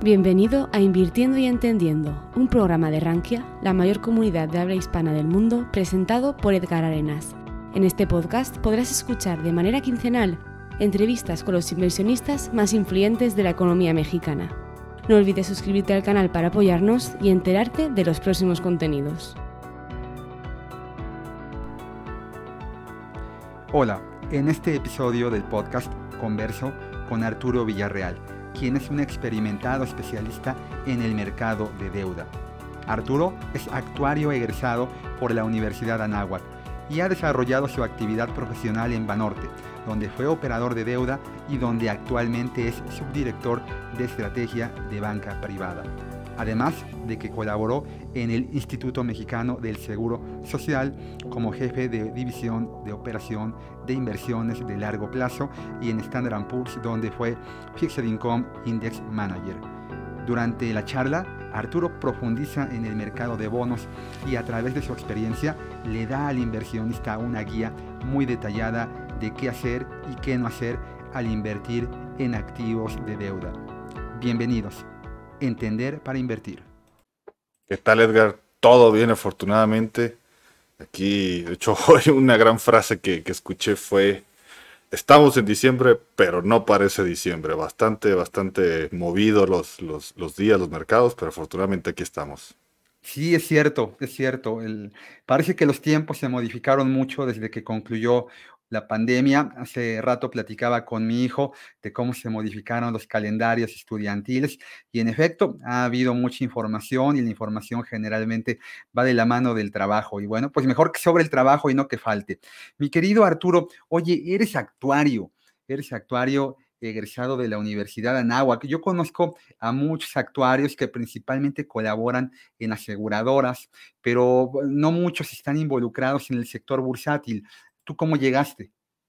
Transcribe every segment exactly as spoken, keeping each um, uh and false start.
Bienvenido a Invirtiendo y Entendiendo, un programa de Rankia, la mayor comunidad de habla hispana del mundo, presentado por Edgar Arenas. En este podcast podrás escuchar de manera quincenal entrevistas con los inversionistas más influyentes de la economía mexicana. No olvides suscribirte al canal para apoyarnos y enterarte de los próximos contenidos. Hola, en este episodio del podcast converso con Arturo Villarreal, quien es un experimentado especialista en el mercado de deuda. Arturo es actuario egresado por la Universidad Anáhuac y ha desarrollado su actividad profesional en Banorte, donde fue operador de deuda y donde actualmente es subdirector de estrategia de banca privada. Además de que colaboró en el Instituto Mexicano del Seguro Social como jefe de división de operación de inversiones de largo plazo y en Standard and Poor's, donde fue Fixed Income Index Manager. Durante la charla, Arturo profundiza en el mercado de bonos y a través de su experiencia le da al inversionista una guía muy detallada de qué hacer y qué no hacer al invertir en activos de deuda. Bienvenidos. Entender para invertir. ¿Qué tal, Edgar? Todo bien, afortunadamente. Aquí, de hecho, hoy una gran frase que, que escuché fue: estamos en diciembre, pero no parece diciembre. Bastante, bastante movido los, los, los días, los mercados, pero afortunadamente aquí estamos. Sí, es cierto, es cierto. El, parece que los tiempos se modificaron mucho desde que concluyó la pandemia. Hace rato platicaba con mi hijo de cómo se modificaron los calendarios estudiantiles y en efecto ha habido mucha información y la información generalmente va de la mano del trabajo. Y bueno, pues mejor que sobre el trabajo y no que falte. Mi querido Arturo, oye, eres actuario, eres actuario egresado de la Universidad Anáhuac. Yo conozco a muchos actuarios que principalmente colaboran en aseguradoras, pero no muchos están involucrados en el sector bursátil. ¿Tú cómo llegaste?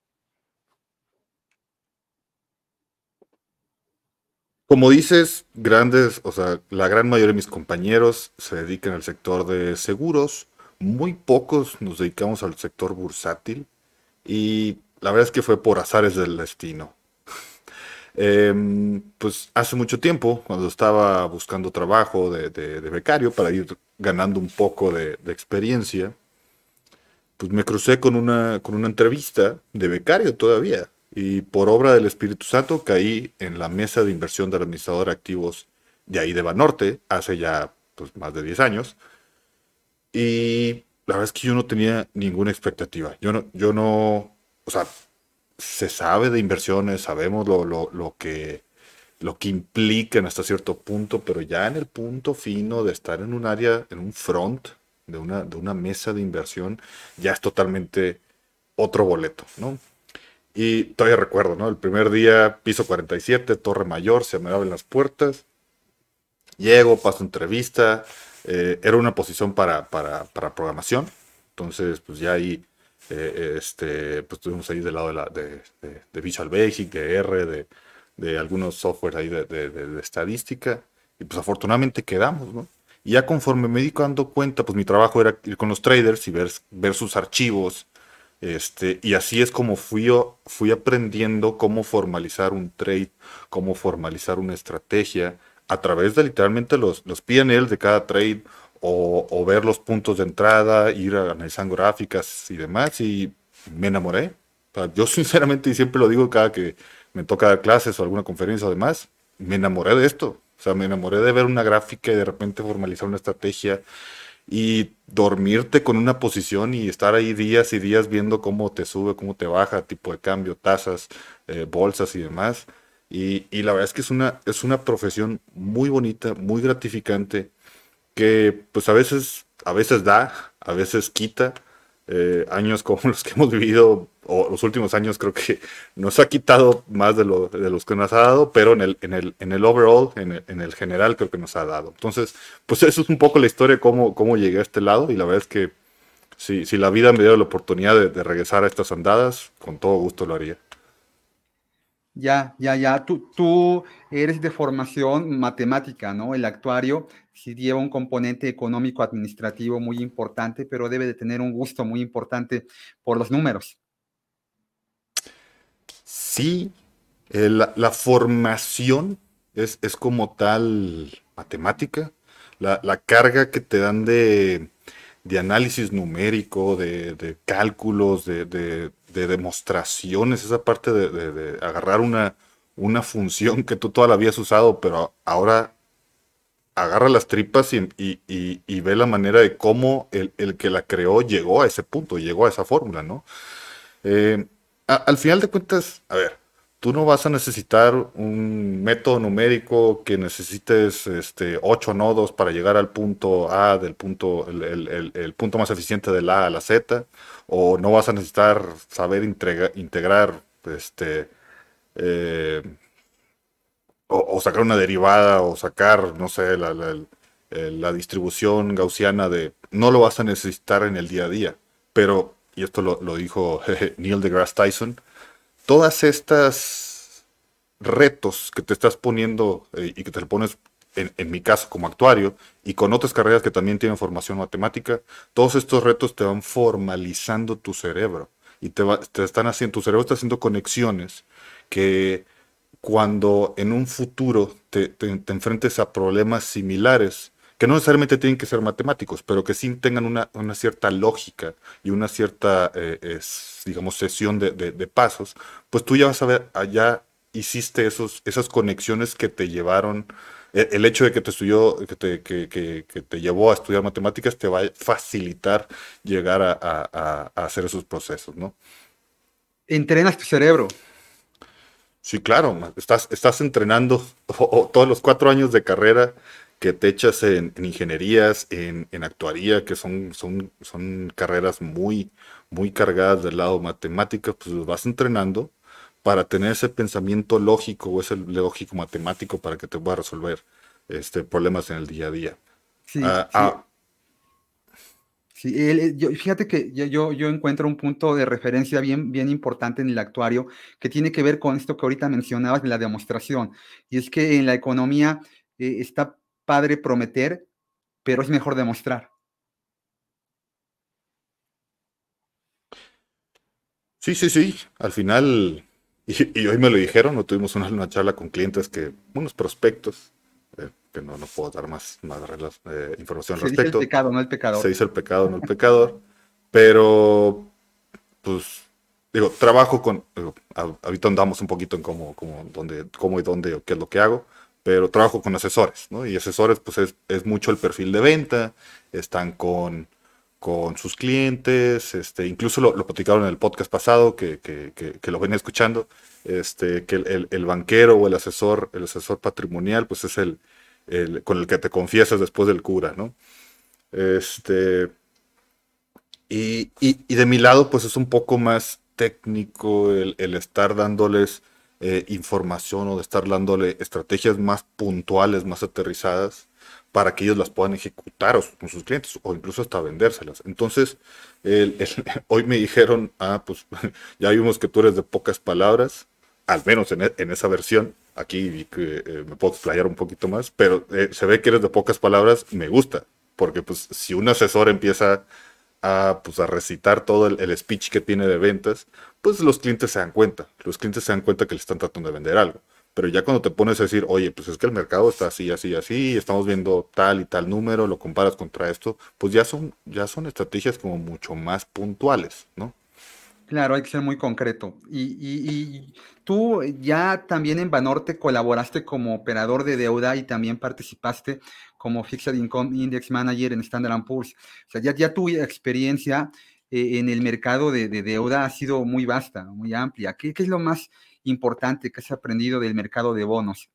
Como dices, grandes, o sea, la gran mayoría de mis compañeros se dedican al sector de seguros. Muy pocos nos dedicamos al sector bursátil. Y la verdad es que fue por azares del destino. Eh, pues hace mucho tiempo, cuando estaba buscando trabajo de, de- de becario para ir ganando un poco de, de experiencia, pues me crucé con una, con una entrevista de becario todavía. Y por obra del Espíritu Santo caí en la mesa de inversión del administrador de activos de ahí de Banorte, hace ya pues, más de diez años. Y la verdad es que yo no tenía ninguna expectativa. Yo no, yo no, o sea, se sabe de inversiones, sabemos lo, lo, lo que, lo que implican hasta cierto punto, pero ya en el punto fino de estar en un área, en un front de una, de una mesa de inversión, ya es totalmente otro boleto, ¿no? Y todavía recuerdo, ¿no? El primer día, piso cuarenta y siete, Torre Mayor, se me abren las puertas, llego, paso entrevista, eh, era una posición para, para, para programación, entonces pues ya ahí eh, este, pues estuvimos ahí del lado de, la, de, de, de Visual Basic, de R, de, de algunos software ahí de, de, de, de estadística, y pues afortunadamente quedamos, ¿no? Y ya conforme me di dando cuenta, pues mi trabajo era ir con los traders y ver, ver sus archivos, este, y así es como fui, yo- fui aprendiendo cómo formalizar un trade, cómo formalizar una estrategia a través de literalmente los, los P and L de cada trade o, o ver los puntos de entrada, ir analizando gráficas y demás y me enamoré. O sea, yo sinceramente, y siempre lo digo cada que me toca dar clases o alguna conferencia o demás, me enamoré de esto. O sea, me enamoré de ver una gráfica y de repente formalizar una estrategia y dormirte con una posición y estar ahí días y días viendo cómo te sube, cómo te baja, tipo de cambio, tasas, eh, bolsas y demás. Y, y la verdad es que es una, es una profesión muy bonita, muy gratificante, que pues a veces, a veces da, a veces quita. Eh, años como los que hemos vivido, o los últimos años creo que nos ha quitado más de, lo, de los que nos ha dado, pero en el, en el, en el overall, en el, en el general creo que nos ha dado. Entonces, pues eso es un poco la historia de cómo, cómo llegué a este lado y la verdad es que si, si la vida me diera la oportunidad de, de regresar a estas andadas, con todo gusto lo haría. Ya, ya, ya. Tú, tú eres de formación matemática, ¿no? El actuario sí lleva un componente económico-administrativo muy importante, pero debe de tener un gusto muy importante por los números. Sí, eh, la, la formación es, es como tal matemática. La, la carga que te dan de, de análisis numérico, de, de cálculos, de, de- de demostraciones, esa parte de, de- de agarrar una, una función que tú toda la habías usado, pero ahora agarra las tripas y, y- y- y ve la manera de cómo el, el que la creó llegó a ese punto, llegó a esa fórmula, ¿no? Eh, a- al final de cuentas, a ver, tú no vas a necesitar un método numérico que necesites este, ocho nodos para llegar al punto A del punto, el, el- el- el punto más eficiente del A a la Z, o no vas a necesitar saber integra- integrar este, eh, o, o sacar una derivada o sacar, no sé, la, la- el- el- la distribución gaussiana de... No lo vas a necesitar en el día a día, pero, y esto lo, lo dijo Neil deGrasse Tyson, todas estas retos que te estás poniendo eh, y que te lo pones, en, en mi caso, como actuario, y con otras carreras que también tienen formación matemática, todos estos retos te van formalizando tu cerebro y te, va- te están haciendo, tu cerebro está haciendo conexiones que cuando en un futuro te, te- te enfrentes a problemas similares, que no necesariamente tienen que ser matemáticos, pero que sí tengan una, una cierta lógica y una cierta, eh, es, digamos, sesión de, de- de pasos, pues tú ya vas a ver, allá hiciste esos, esas conexiones que te llevaron, e- el hecho de que te estudió, que te, que, que- que te llevó a estudiar matemáticas te va a facilitar llegar a, a- a- a hacer esos procesos, ¿no? Entrenas tu cerebro. Sí, claro, ma- estás, estás entrenando o- o todos los cuatro años de carrera que te echas en, en ingenierías, en, en actuaría, que son, son, son carreras muy, muy cargadas del lado matemático, pues los vas entrenando para tener ese pensamiento lógico o ese lógico matemático para que te pueda resolver este, problemas en el día a día. Sí, Ah, sí, ah, sí. El- el- yo, fíjate que yo, yo, yo encuentro un punto de referencia bien, bien importante en el actuario que tiene que ver con esto que ahorita mencionabas de la demostración. Y es que en la economía eh, está padre prometer, pero es mejor demostrar. sí, sí, sí, al final, y, y hoy me lo dijeron, no tuvimos una, una charla con clientes que, unos prospectos, eh, que no, no puedo dar más, más reglas, eh, información al Se dice el respecto, pecado, no el se pecador. dice el pecado, no el pecador, pero pues digo, trabajo con, digo, a- ahorita andamos un poquito en cómo, cómo, dónde, cómo y dónde, qué es lo que hago, pero trabajo con asesores, ¿no? Y asesores, pues es, es mucho el perfil de venta, están con, con sus clientes, este, incluso lo, lo platicaron en el podcast pasado, que, que, que, que lo venía escuchando, este, que el, el, el banquero o el asesor, el asesor patrimonial, pues es el, el con el que te confiesas después del cura, ¿no? Este, y, y- y de mi lado, pues es un poco más técnico el, el estar dándoles eh, información o de estar dándole estrategias más puntuales, más aterrizadas, para que ellos las puedan ejecutar o su- con sus clientes o incluso hasta vendérselas. Entonces, el- el- hoy me dijeron, ah, pues ya vimos que tú eres de pocas palabras, al menos en, e- en esa versión. Aquí vi que, eh, me puedo explayar un poquito más, pero eh, se ve que eres de pocas palabras, me gusta, porque pues si un asesor empieza a, pues, a recitar todo el, el speech que tiene de ventas, pues los clientes se dan cuenta. Los clientes se dan cuenta que le están tratando de vender algo. Pero ya cuando te pones a decir, oye, pues es que el mercado está así, así, así, estamos viendo tal y tal número, lo comparas contra esto, pues ya son, ya son estrategias como mucho más puntuales, ¿no? Claro, hay que ser muy concreto. Y, y- y tú ya también en Banorte colaboraste como operador de deuda y también participaste como Fixed Income Index Manager en Standard and Poor's. O sea, ya, ya tu experiencia eh, en el mercado de, de deuda ha sido muy vasta, muy amplia. ¿Qué, qué es lo más importante que has aprendido del mercado de bonos?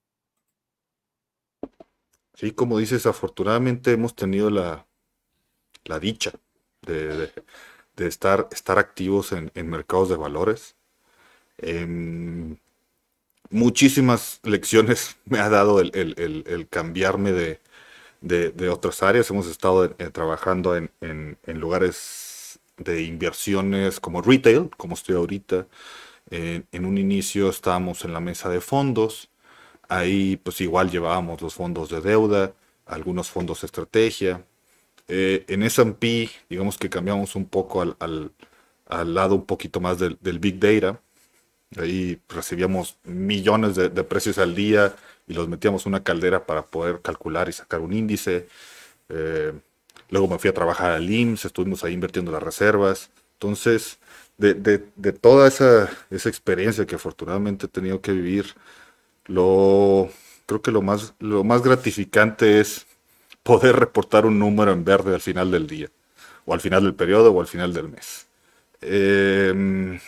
Sí, como dices, afortunadamente hemos tenido la, la dicha de, de- de estar, estar activos en, en mercados de valores. Em, muchísimas lecciones me ha dado el, el- el- el cambiarme de, de- de otras áreas. Hemos estado en- en- trabajando en, en- en lugares de inversiones como retail, como estoy ahorita. En, en un inicio estábamos en la mesa de fondos. Ahí pues igual llevábamos los fondos de deuda, algunos fondos de estrategia. Eh, en S and P, digamos que cambiamos un poco al, al- al lado un poquito más del, del Big Data. Ahí recibíamos millones de, de precios al día y los metíamos en una caldera para poder calcular y sacar un índice. Eh, luego me fui a trabajar al I M S S, estuvimos ahí invirtiendo las reservas. Entonces, de, de, de toda esa, esa experiencia que afortunadamente he tenido que vivir, lo, creo que lo más, lo más gratificante es poder reportar un número en verde al final del día, o al final del periodo, o al final del mes. Eh,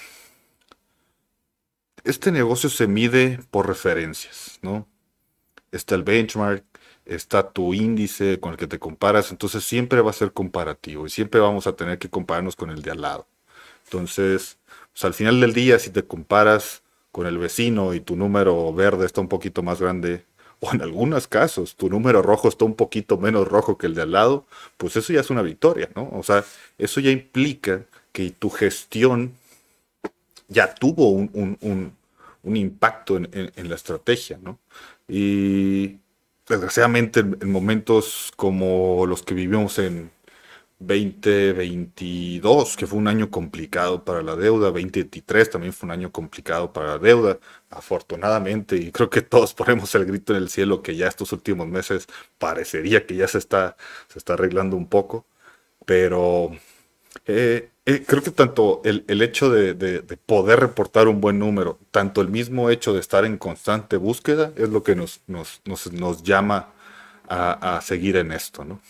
este negocio se mide por referencias, ¿no? Está el benchmark, está tu índice con el que te comparas, entonces siempre va a ser comparativo y siempre vamos a tener que compararnos con el de al lado. Entonces, pues al final del día, si te comparas con el vecino y tu número verde está un poquito más grande, o en algunos casos tu número rojo está un poquito menos rojo que el de al lado, pues eso ya es una victoria, ¿no? O sea, eso ya implica que tu gestión ya tuvo un, un, un, un impacto en, en, en la estrategia, ¿no? Y desgraciadamente en, en momentos como los que vivimos en veinte veintidós, que fue un año complicado para la deuda, veinte veintitrés también fue un año complicado para la deuda, afortunadamente, y creo que todos ponemos el grito en el cielo que ya estos últimos meses parecería que ya se está, se está arreglando un poco, pero eh, eh, creo que tanto el, el hecho de, de- de poder reportar un buen número, tanto el mismo hecho de estar en constante búsqueda, es lo que nos, nos, nos, nos llama a, a seguir en esto, ¿no?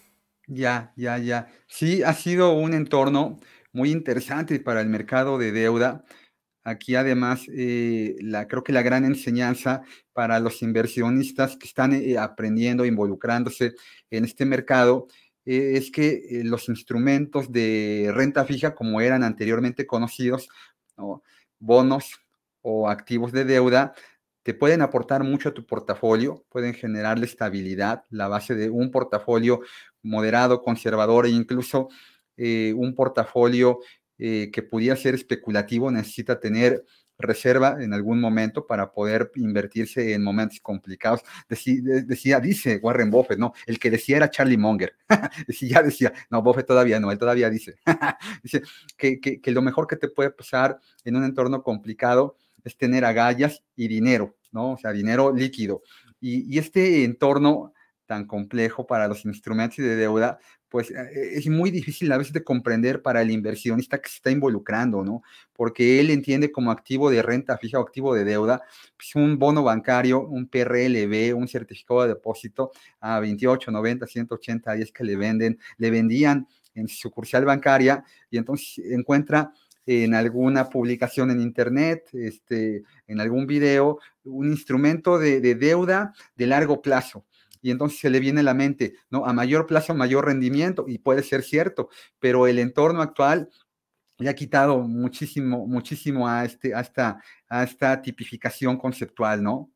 Ya, ya, ya. Sí, ha sido un entorno muy interesante para el mercado de deuda. Aquí además, eh, la, creo que la gran enseñanza para los inversionistas que están eh, aprendiendo, involucrándose en este mercado, eh, es que eh, los instrumentos de renta fija, como eran anteriormente conocidos, ¿no? Bonos o activos de deuda, te pueden aportar mucho a tu portafolio, pueden generarle estabilidad, la base de un portafolio moderado, conservador e incluso eh, un portafolio eh, que pudiera ser especulativo necesita tener reserva en algún momento para poder invertirse en momentos complicados. Decía, decía, dice Warren Buffett, ¿no? El que decía era Charlie Munger. decía, decía, no, Buffett todavía no, él todavía dice. dice que, que, que lo mejor que te puede pasar en un entorno complicado es tener agallas y dinero, ¿no? O sea, dinero líquido. Y, y este entorno tan complejo para los instrumentos de deuda, pues eh, es muy difícil a veces de comprender para el inversionista que se está involucrando, ¿no? Porque él entiende como activo de renta fija o activo de deuda, pues un bono bancario, un P R L B, un certificado de depósito a veintiocho, noventa, ciento ochenta días que le venden, le vendían en su sucursal bancaria y entonces encuentra en alguna publicación en internet, este, en algún video, un instrumento de, de deuda de largo plazo y entonces se le viene a la mente, ¿no? A mayor plazo, mayor rendimiento, y puede ser cierto, pero el entorno actual le ha quitado muchísimo, muchísimo a, este, a, esta, a esta tipificación conceptual, ¿no?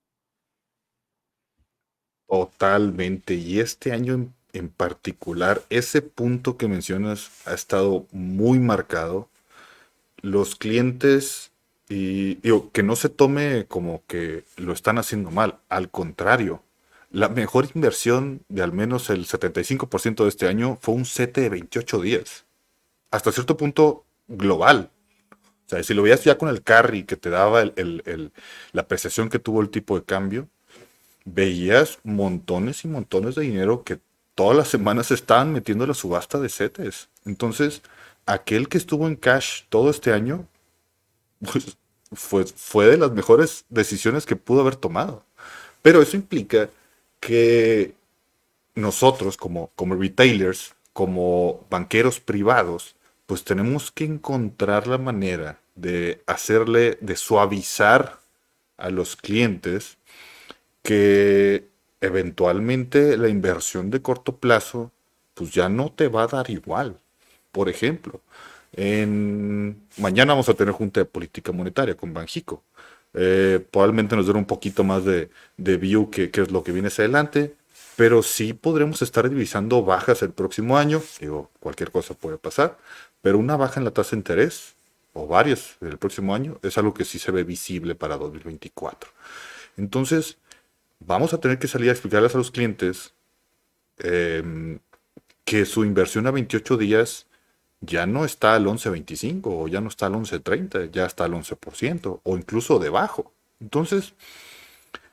Totalmente. Y este año en, en particular, ese punto que mencionas ha estado muy marcado. Los clientes, y digo, que no se tome como que lo están haciendo mal. Al contrario, la mejor inversión de al menos el setenta y cinco por ciento de este año fue un C T de veintiocho días. Hasta cierto punto global. O sea, si lo veías ya con el carry que te daba el- el- el- la apreciación que tuvo el tipo de cambio, veías montones y montones de dinero que todas las semanas se estaban metiendo a la subasta de CETES. Entonces, aquel que estuvo en cash todo este año, pues fue, fue de las mejores decisiones que pudo haber tomado. Pero eso implica que nosotros como, como retailers, como banqueros privados, pues tenemos que encontrar la manera de hacerle, de suavizar a los clientes que eventualmente la inversión de corto plazo pues ya no te va a dar igual. Por ejemplo, en... mañana vamos a tener junta de política monetaria con Banjico. Eh, probablemente nos dé un poquito más de, de view que, que es lo que viene hacia adelante, pero sí podremos estar divisando bajas el próximo año. Digo, cualquier cosa puede pasar, pero una baja en la tasa de interés o varias el próximo año es algo que sí se ve visible para dos mil veinticuatro. Entonces, vamos a tener que salir a explicarles a los clientes eh, que su inversión a veintiocho días ya no está al once veinticinco o ya no está al once treinta, ya está al once por ciento o incluso debajo. Entonces,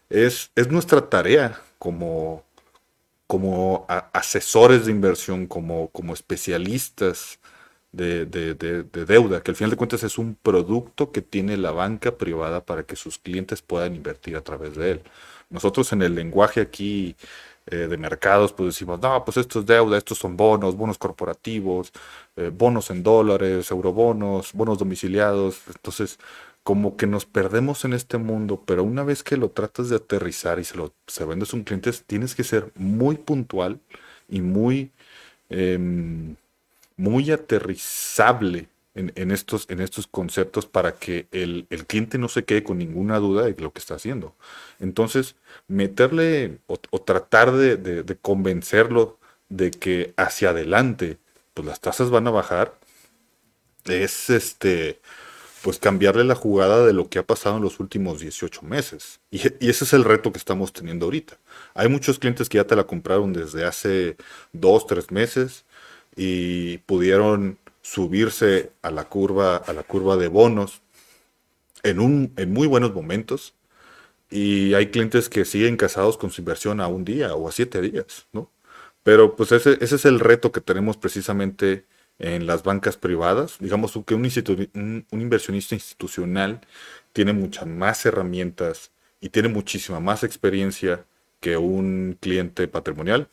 Es, es nuestra tarea como, como a- asesores de inversión, como, como especialistas de, de- de- de deuda, que al final de cuentas es un producto que tiene la banca privada para que sus clientes puedan invertir a través de él. Nosotros en el lenguaje aquí eh, de mercados, pues decimos, no, pues esto es deuda, estos son bonos, bonos corporativos, eh, bonos en dólares, eurobonos, bonos domiciliados. Entonces, como que nos perdemos en este mundo, pero una vez que lo tratas de aterrizar y se lo se vendes a un cliente, tienes que ser muy puntual y muy... em, muy aterrizable en, en estos, en estos conceptos para que el, el cliente no se quede con ninguna duda de lo que está haciendo. Entonces, meterle o, o tratar de, de- de convencerlo de que hacia adelante, pues las tasas van a bajar, es este, pues cambiarle la jugada de lo que ha pasado en los últimos dieciocho meses. Y, y ese es el reto que estamos teniendo ahorita. Hay muchos clientes que ya te la compraron desde hace dos, tres meses y pudieron subirse a la curva, a la curva de bonos en un, en muy buenos momentos. Y hay clientes que siguen casados con su inversión a un día o a siete días, ¿no? Pero pues ese, ese es el reto que tenemos precisamente en las bancas privadas. Digamos que un, institu- un, un inversionista institucional tiene muchas más herramientas y tiene muchísima más experiencia que un cliente patrimonial.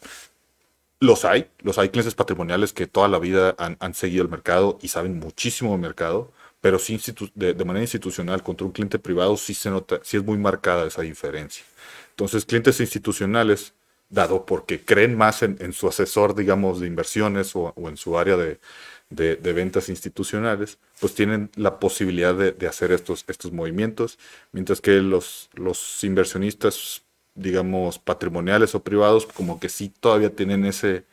Los hay, los hay clientes patrimoniales que toda la vida han, han seguido el mercado y saben muchísimo del mercado, pero sí institu- de, de manera institucional contra un cliente privado sí se nota, sí es muy marcada esa diferencia. Entonces, clientes institucionales, dado porque creen más en, en su asesor, digamos, de inversiones o, o en su área de, de- de ventas institucionales, pues tienen la posibilidad de, de hacer estos, estos movimientos, mientras que los, los inversionistas, digamos, patrimoniales o privados, como que sí todavía tienen ese,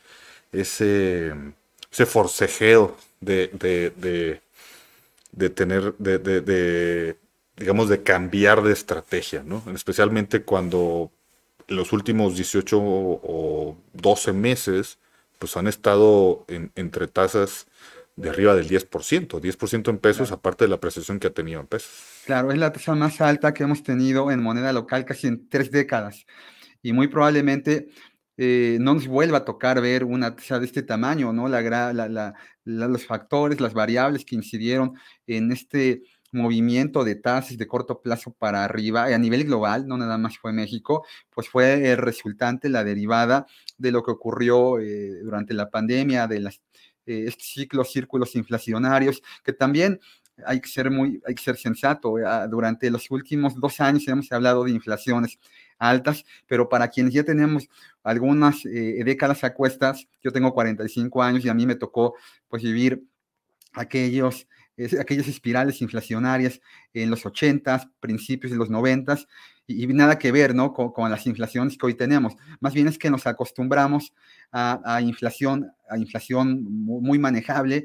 ese, ese forcejeo de, de, de, de tener, de, de, de, digamos, de cambiar de estrategia, ¿no? Especialmente cuando en los últimos dieciocho o doce meses, pues han estado en- entre tasas de arriba del diez por ciento, diez por ciento en pesos, Claro. aparte de la apreciación que ha tenido en pesos. Claro, es la tasa más alta que hemos tenido en moneda local casi en tres décadas. Y muy probablemente eh, no nos vuelva a tocar ver una tasa de este tamaño, ¿no? La, gra- la- la- la- los factores, las variables que incidieron en este movimiento de tasas de corto plazo para arriba a nivel global, no nada más fue México, pues fue el resultante, la derivada de lo que ocurrió eh, durante la pandemia, de las, eh, estos ciclos, círculos inflacionarios, que también hay que ser muy, hay que ser sensato. eh, ah, Durante los últimos dos años hemos hablado de inflaciones altas, pero para quienes ya tenemos algunas eh, décadas a cuestas, yo tengo cuarenta y cinco años y a mí me tocó pues vivir aquellos, es, aquellas espirales inflacionarias en los ochentas, principios de los noventas, y, y nada que ver, ¿no? Con, con, las inflaciones que hoy tenemos. Más bien es que nos acostumbramos a, a inflación, a inflación muy, muy manejable,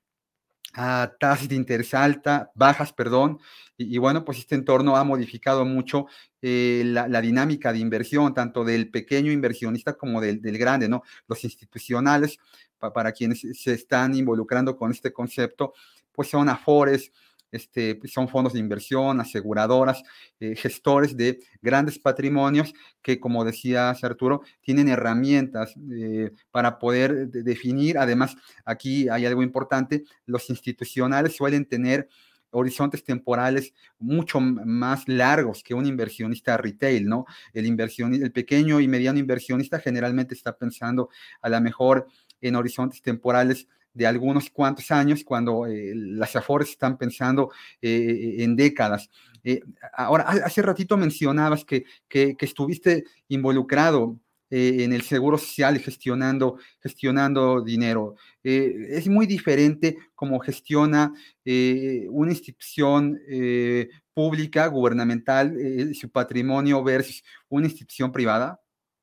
a tasas de interés alta, bajas, perdón, y, y, bueno, pues este entorno ha modificado mucho eh, la, la, dinámica de inversión, tanto del pequeño inversionista como del, del grande, ¿no? Los institucionales, pa, para quienes se están involucrando con este concepto, pues son afores, este, pues son fondos de inversión, aseguradoras, eh, gestores de grandes patrimonios que, como decías Arturo, tienen herramientas eh, para poder de, definir. Además, aquí hay algo importante, los institucionales suelen tener horizontes temporales mucho más largos que un inversionista retail, ¿no? El, inversión, el pequeño y mediano inversionista generalmente está pensando a lo mejor en horizontes temporales de algunos cuantos años, cuando eh, las afores están pensando eh, en décadas. Eh, ahora, hace ratito mencionabas que, que, que estuviste involucrado eh, en el seguro social y gestionando, gestionando dinero. Eh, es muy diferente cómo gestiona eh, una institución eh, pública, gubernamental, eh, su patrimonio versus una institución privada.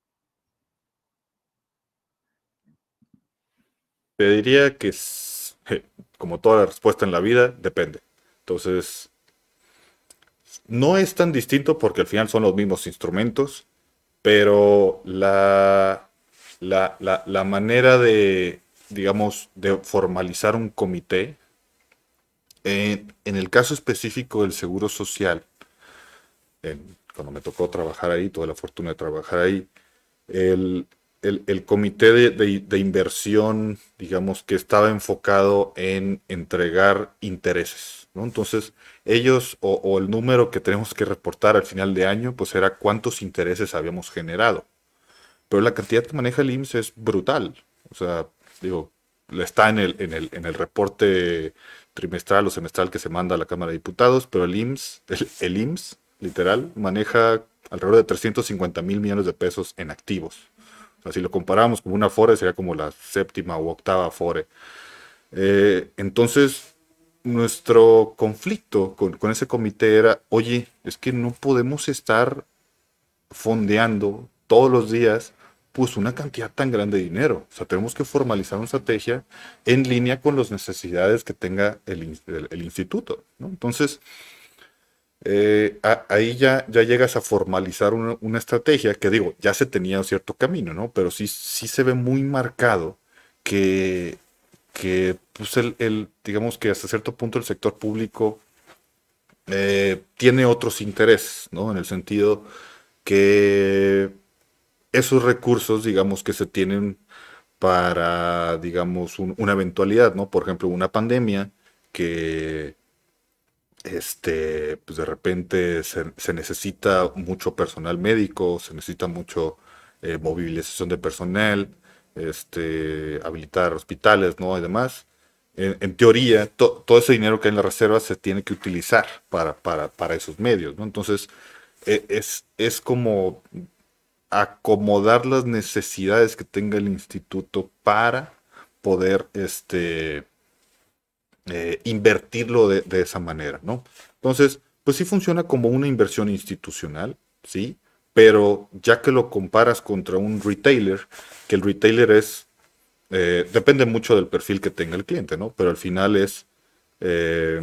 Te diría que, es, como toda la respuesta en la vida, depende. Entonces, no es tan distinto porque al final son los mismos instrumentos, pero la, la, la, la manera de, digamos, de formalizar un comité, eh, en el caso específico del Seguro Social, en- cuando me tocó trabajar ahí, tuve la fortuna de trabajar ahí, el, el, el comité de, de, de inversión, digamos, que estaba enfocado en entregar intereses, ¿no? Entonces, ellos, o, o el número que tenemos que reportar al final de año, pues era cuántos intereses habíamos generado. Pero la cantidad que maneja el I M S S es brutal. O sea, digo, está en el, en el, en el reporte trimestral o semestral que se manda a la Cámara de Diputados, pero el I M S S, el, el I M S S, literal, maneja alrededor de trescientos cincuenta mil millones de pesos en activos. O sea, si lo comparamos con una Afore, sería como la séptima u octava Afore. Eh, entonces, nuestro conflicto con, con ese comité era, oye, es que no podemos estar fondeando todos los días pues una cantidad tan grande de dinero. O sea, tenemos que formalizar una estrategia en línea con las necesidades que tenga el, el, el instituto, ¿no? Entonces, eh, a, ahí ya, ya llegas a formalizar una, una, estrategia que, digo, ya se tenía un cierto camino, ¿no? Pero sí, sí se ve muy marcado que, que pues el, el, digamos que hasta cierto punto el sector público eh, tiene otros intereses, ¿no? En el sentido que esos recursos, digamos, que se tienen para, digamos, un, una eventualidad, ¿no? Por ejemplo, una pandemia que, este, pues de repente se, se necesita mucho personal médico, se necesita mucho eh, movilización de personal, este, habilitar hospitales, ¿no? Y demás. En, en teoría, to, todo ese dinero que hay en la reserva se tiene que utilizar para, para, para esos medios, ¿no? Entonces, eh, es, es como acomodar las necesidades que tenga el instituto para poder este, eh, invertirlo de, de esa manera, ¿no? Entonces, pues sí funciona como una inversión institucional, ¿sí? Pero ya que lo comparas contra un retailer, que el retailer es, eh, depende mucho del perfil que tenga el cliente, ¿no? Pero al final es, eh,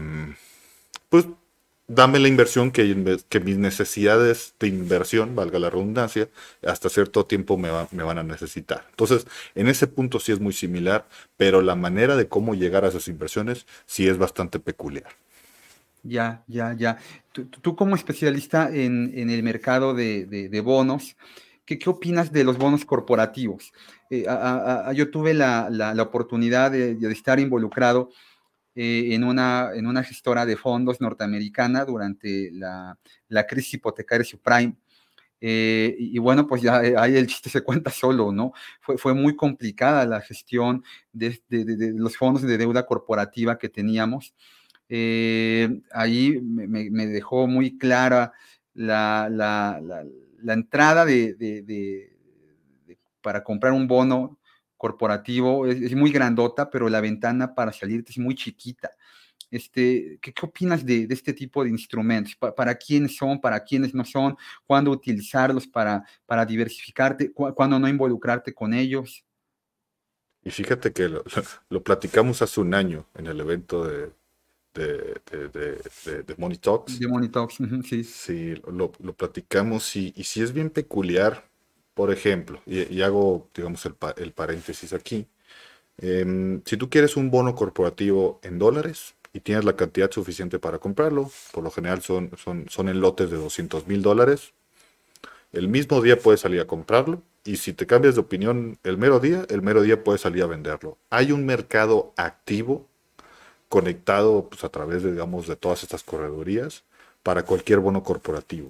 pues dame la inversión que, que mis necesidades de inversión, valga la redundancia, hasta cierto tiempo me, va, me van a necesitar. Entonces, en ese punto sí es muy similar, pero la manera de cómo llegar a esas inversiones sí es bastante peculiar. Ya, ya, ya. Tú, tú como especialista en, en el mercado de, de, de bonos, ¿qué, ¿qué opinas de los bonos corporativos? Eh, a, a, yo tuve la, la, la oportunidad de, de estar involucrado Eh, en, una, en una gestora de fondos norteamericana durante la, la crisis hipotecaria subprime. Eh, y, y bueno, pues ya ahí el chiste se cuenta solo, ¿no? Fue, fue muy complicada la gestión de, de, de, de los fondos de deuda corporativa que teníamos. Eh, ahí me, me, dejó muy clara la, la, la, la entrada de, de, de, de, para comprar un bono corporativo es, es, muy grandota, pero la ventana para salirte es muy chiquita. Este, ¿qué, ¿Qué opinas de, de este tipo de instrumentos? ¿Para, ¿Para quiénes son? ¿Para quiénes no son? ¿Cuándo utilizarlos para, para diversificarte? ¿Cu ¿Cuándo no involucrarte con ellos? Y fíjate que lo, lo, lo platicamos hace un año en el evento de, de, de, de, de, de Money Talks. De Money Talks, uh-huh, sí. Sí, lo, lo platicamos y, y sí es bien peculiar, por ejemplo, y, y hago, digamos, el, el paréntesis aquí. Eh, si tú quieres un bono corporativo en dólares y tienes la cantidad suficiente para comprarlo, por lo general son, son, son en lotes de doscientos mil dólares, el mismo día puedes salir a comprarlo y si te cambias de opinión el mero día, el mero día puedes salir a venderlo. Hay un mercado activo conectado pues, a través de, digamos, de todas estas corredurías para cualquier bono corporativo.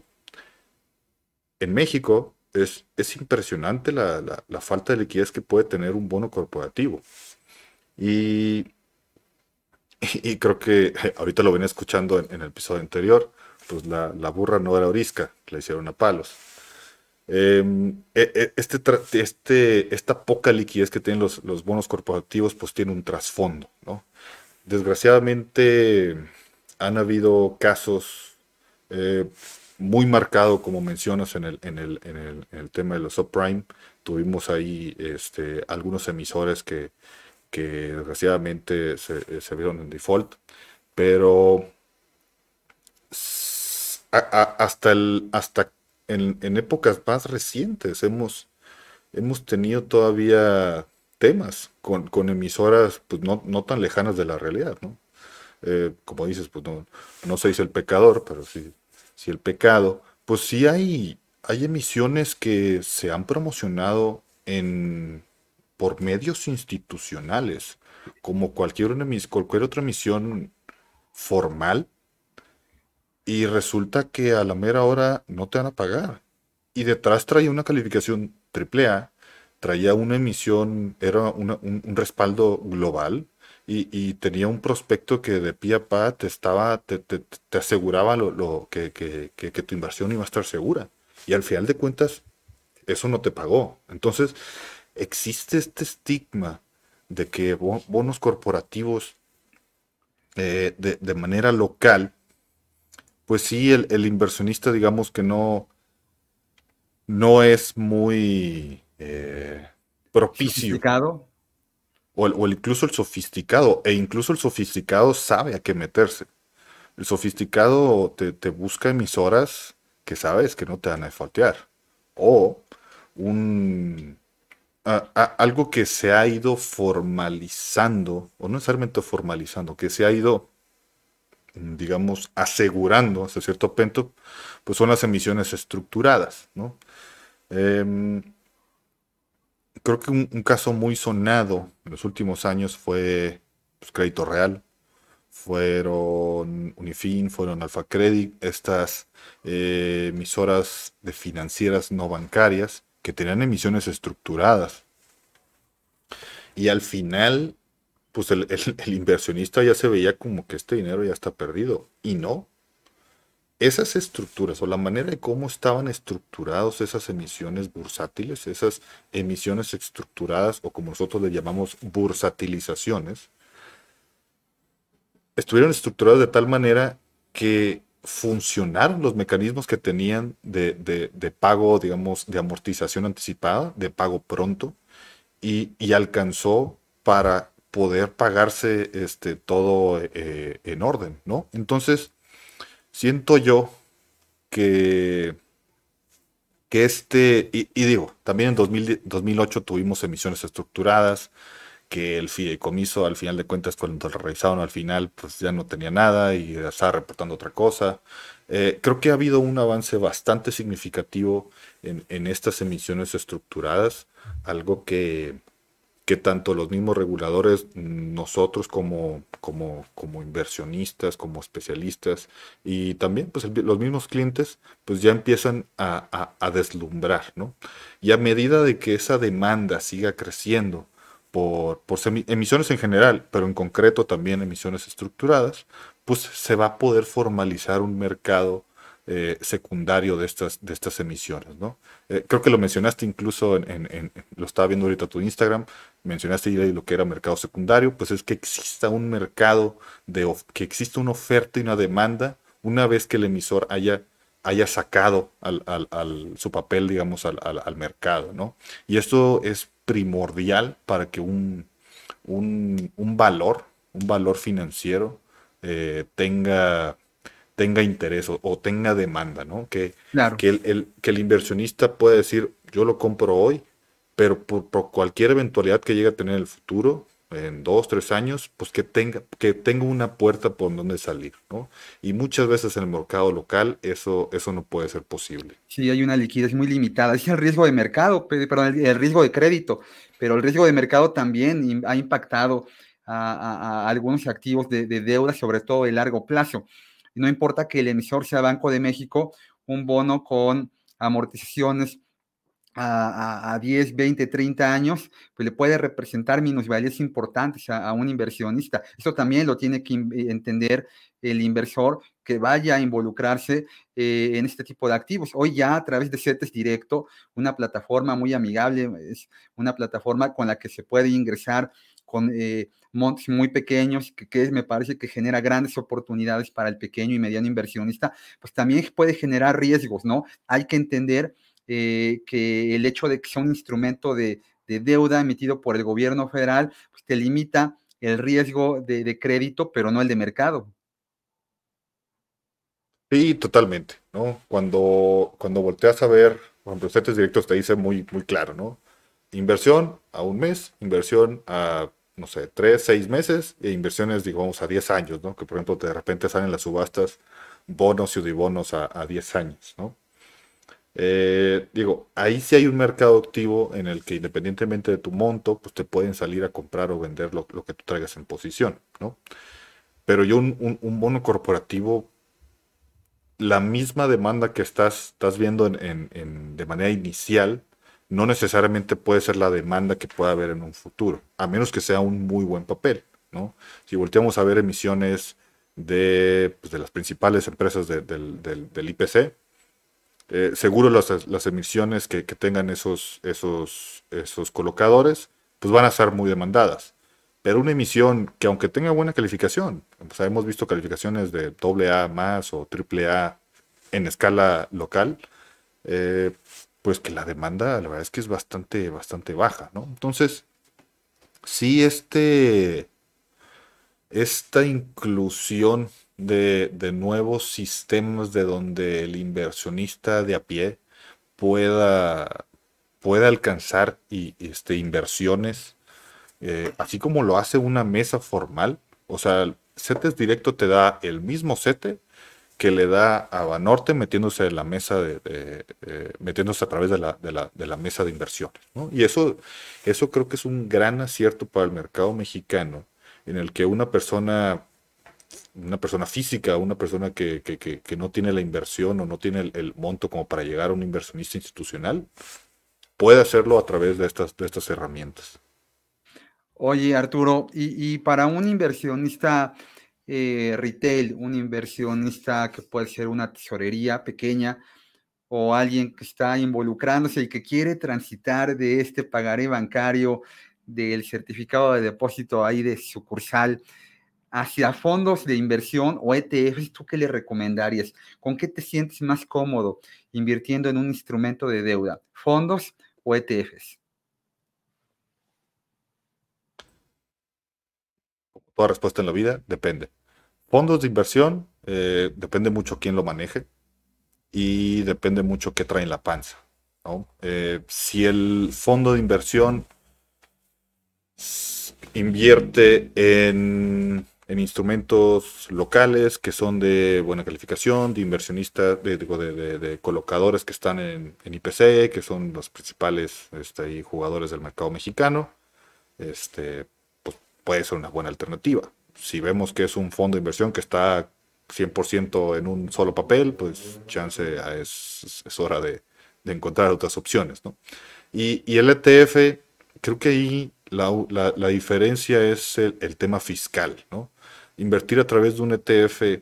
En México es, es impresionante la, la, la falta de liquidez que puede tener un bono corporativo. Y, y creo que ahorita lo venía escuchando en, en el episodio anterior, pues la, la burra no era orisca, la hicieron a palos. Eh, este, este, esta poca liquidez que tienen los, los bonos corporativos pues tiene un trasfondo, ¿no? Desgraciadamente han habido casos eh, muy marcados, como mencionas en el, en, el, en, el, en el tema de los subprime. Tuvimos ahí este, algunos emisores que, que desgraciadamente se, se vieron en default, pero a, a, hasta, el, hasta en, en épocas más recientes hemos, hemos tenido todavía temas con, con emisoras pues no, no tan lejanas de la realidad, ¿no? Eh, como dices, pues no, no se dice el pecador, pero sí, sí el pecado, Pues sí hay, hay emisiones que se han promocionado en, por medios institucionales, como cualquier, una emis- cualquier otra emisión formal, y resulta que a la mera hora no te van a pagar. Y detrás traía una calificación triple A, traía una emisión, era una- un, un respaldo global y, y tenía un prospecto que de pie a pa te estaba, te, te- te aseguraba lo, lo que, que- que- que tu inversión iba a estar segura. Y al final de cuentas, eso no te pagó. Entonces, existe este estigma de que bo- bonos corporativos eh, de, de manera local, pues sí, el, el inversionista, digamos que no no es muy eh, propicio, Sofisticado. o, el- o el- incluso el sofisticado, e incluso el sofisticado sabe a qué meterse. El sofisticado te, te busca emisoras que sabes que no te van a faltear, o un, a- a- algo que se ha ido formalizando, o no necesariamente formalizando, que se ha ido, mm, digamos, asegurando hasta cierto punto, pues son las emisiones estructuradas, ¿no? Em, Creo que un, un caso muy sonado en los últimos años fue pues, Crédito Real, fueron Unifin, fueron Alfa Credit, estas eh, emisoras de financieras no bancarias que tenían emisiones estructuradas. Y al final, pues el, el- el inversionista ya se veía como que este dinero ya está perdido. Y no, esas estructuras o la manera de cómo estaban estructurados esas emisiones bursátiles, esas emisiones estructuradas o como nosotros le llamamos bursatilizaciones, estuvieron estructuradas de tal manera que funcionaron los mecanismos que tenían de, de- de pago, digamos, de amortización anticipada, de pago pronto, y, y alcanzó para poder pagarse este, todo eh, en orden, ¿no? Entonces, siento yo que que este, y, y digo, también en dos mil, dos mil ocho tuvimos emisiones estructuradas, que el fideicomiso al final de cuentas cuando lo revisaron al final pues ya no tenía nada y estaba reportando otra cosa. Eh, creo que ha habido un avance bastante significativo en, en estas emisiones estructuradas, algo que que tanto los mismos reguladores, nosotros como, como, como inversionistas, como especialistas y también pues, el- los mismos clientes, pues ya empiezan a, a- a deslumbrar, ¿no? Y a medida de que esa demanda siga creciendo por, por semi- emisiones en general, pero en concreto también emisiones estructuradas, pues se va a poder formalizar un mercado eh, secundario de estas, de estas emisiones, ¿no? Eh, creo que lo mencionaste incluso en, en- en- lo estaba viendo ahorita tu Instagram, mencionaste ahí lo que era mercado secundario, pues es que exista un mercado, de of- que exista una oferta y una demanda una vez que el emisor haya, haya sacado al, al- al- su papel, digamos, al, al- al mercado, ¿no? Y esto es primordial para que un, un, un valor, un valor financiero, eh, tenga, tenga interés o, o tenga demanda, ¿no? Que, Claro. que el, el- que el inversionista pueda decir, yo lo compro hoy, pero por, por cualquier eventualidad que llegue a tener en el futuro, en dos, tres años, pues que tenga, que tenga una puerta por donde salir, ¿no? Y muchas veces en el mercado local eso, eso no puede ser posible. Sí, hay una liquidez muy limitada. Es el riesgo de mercado, pe- perdón, el, el riesgo de crédito, pero el riesgo de mercado también im- ha impactado a, a- a algunos activos de, de deuda, sobre todo de largo plazo. Y no importa que el emisor sea Banco de México, un bono con amortizaciones a, a, a diez, veinte, treinta años, pues le puede representar minusvalías importantes a, a un inversionista. Eso también lo tiene que entender el inversor que vaya a involucrarse eh, en este tipo de activos. Hoy ya a través de CETES Directo, una plataforma muy amigable, es una plataforma con la que se puede ingresar con eh, montos muy pequeños, que, que, me parece que genera grandes oportunidades para el pequeño y mediano inversionista, pues también puede generar riesgos, ¿no? Hay que entender eh, que el hecho de que sea un instrumento de, de deuda emitido por el gobierno federal, pues te limita el riesgo de, de crédito, pero no el de mercado. Sí, totalmente, ¿no? Cuando, cuando volteas a ver, por ejemplo, CETES directos te dice muy, muy claro, ¿no? Inversión a un mes, inversión a, no sé, tres, seis meses, e inversiones, digamos, a diez años, ¿no? Que, por ejemplo, de repente salen las subastas, bonos y bonos a, a diez años, ¿no? Eh, digo, ahí sí hay un mercado activo en el que independientemente de tu monto, pues te pueden salir a comprar o vender lo, lo que tú traigas en posición, ¿no? Pero yo un, un- un bono corporativo, la misma demanda que estás, estás viendo en, en- en- de manera inicial, no necesariamente puede ser la demanda que pueda haber en un futuro, a menos que sea un muy buen papel, ¿no? Si volteamos a ver emisiones de, pues, de las principales empresas de- del, del- del I P C, eh, seguro las, las emisiones que, que tengan esos, esos, esos colocadores, pues van a ser muy demandadas. Pero una emisión que aunque tenga buena calificación, o sea, hemos visto calificaciones de doble A más o triple A en escala local, eh, pues que la demanda, la verdad es que es bastante, bastante baja, ¿no? Entonces, sí, este, esta inclusión de, de nuevos sistemas de donde el inversionista de a pie pueda, pueda alcanzar y, este, inversiones, eh, así como lo hace una mesa formal. O sea, CETES Directo te da el mismo CETE que le da a Banorte metiéndose en la mesa de, de- eh, metiéndose a través de la, de la, de la mesa de inversiones, ¿no? Y eso, eso creo que es un gran acierto para el mercado mexicano, en el que una persona, una persona física, una persona que, que- que- que no tiene la inversión o no tiene el, el monto como para llegar a un inversionista institucional, puede hacerlo a través de estas, de estas herramientas. Oye, Arturo, y, y para un inversionista eh, retail, un inversionista que puede ser una tesorería pequeña o alguien que está involucrándose y que quiere transitar de este pagaré bancario, del certificado de depósito ahí de sucursal, hacia fondos de inversión o E T Fs, ¿tú qué le recomendarías? ¿Con qué te sientes más cómodo invirtiendo en un instrumento de deuda? ¿Fondos o E T Fs? Toda respuesta en la vida depende. Fondos de inversión, eh, depende mucho quién lo maneje y depende mucho qué trae en la panza, ¿no? Eh, si el fondo de inversión s- invierte en, en instrumentos locales que son de buena calificación, de inversionistas, de, digo, de, de- de colocadores que están en, en I P C, que son los principales este, ahí jugadores del mercado mexicano, este, pues puede ser una buena alternativa. Si vemos que es un fondo de inversión que está cien por ciento en un solo papel, pues chance ah, es, es hora de, de encontrar otras opciones, ¿no? Y, y el E T F, creo que ahí la, la- la diferencia es el, el tema fiscal, ¿no? Invertir a través de un E T F,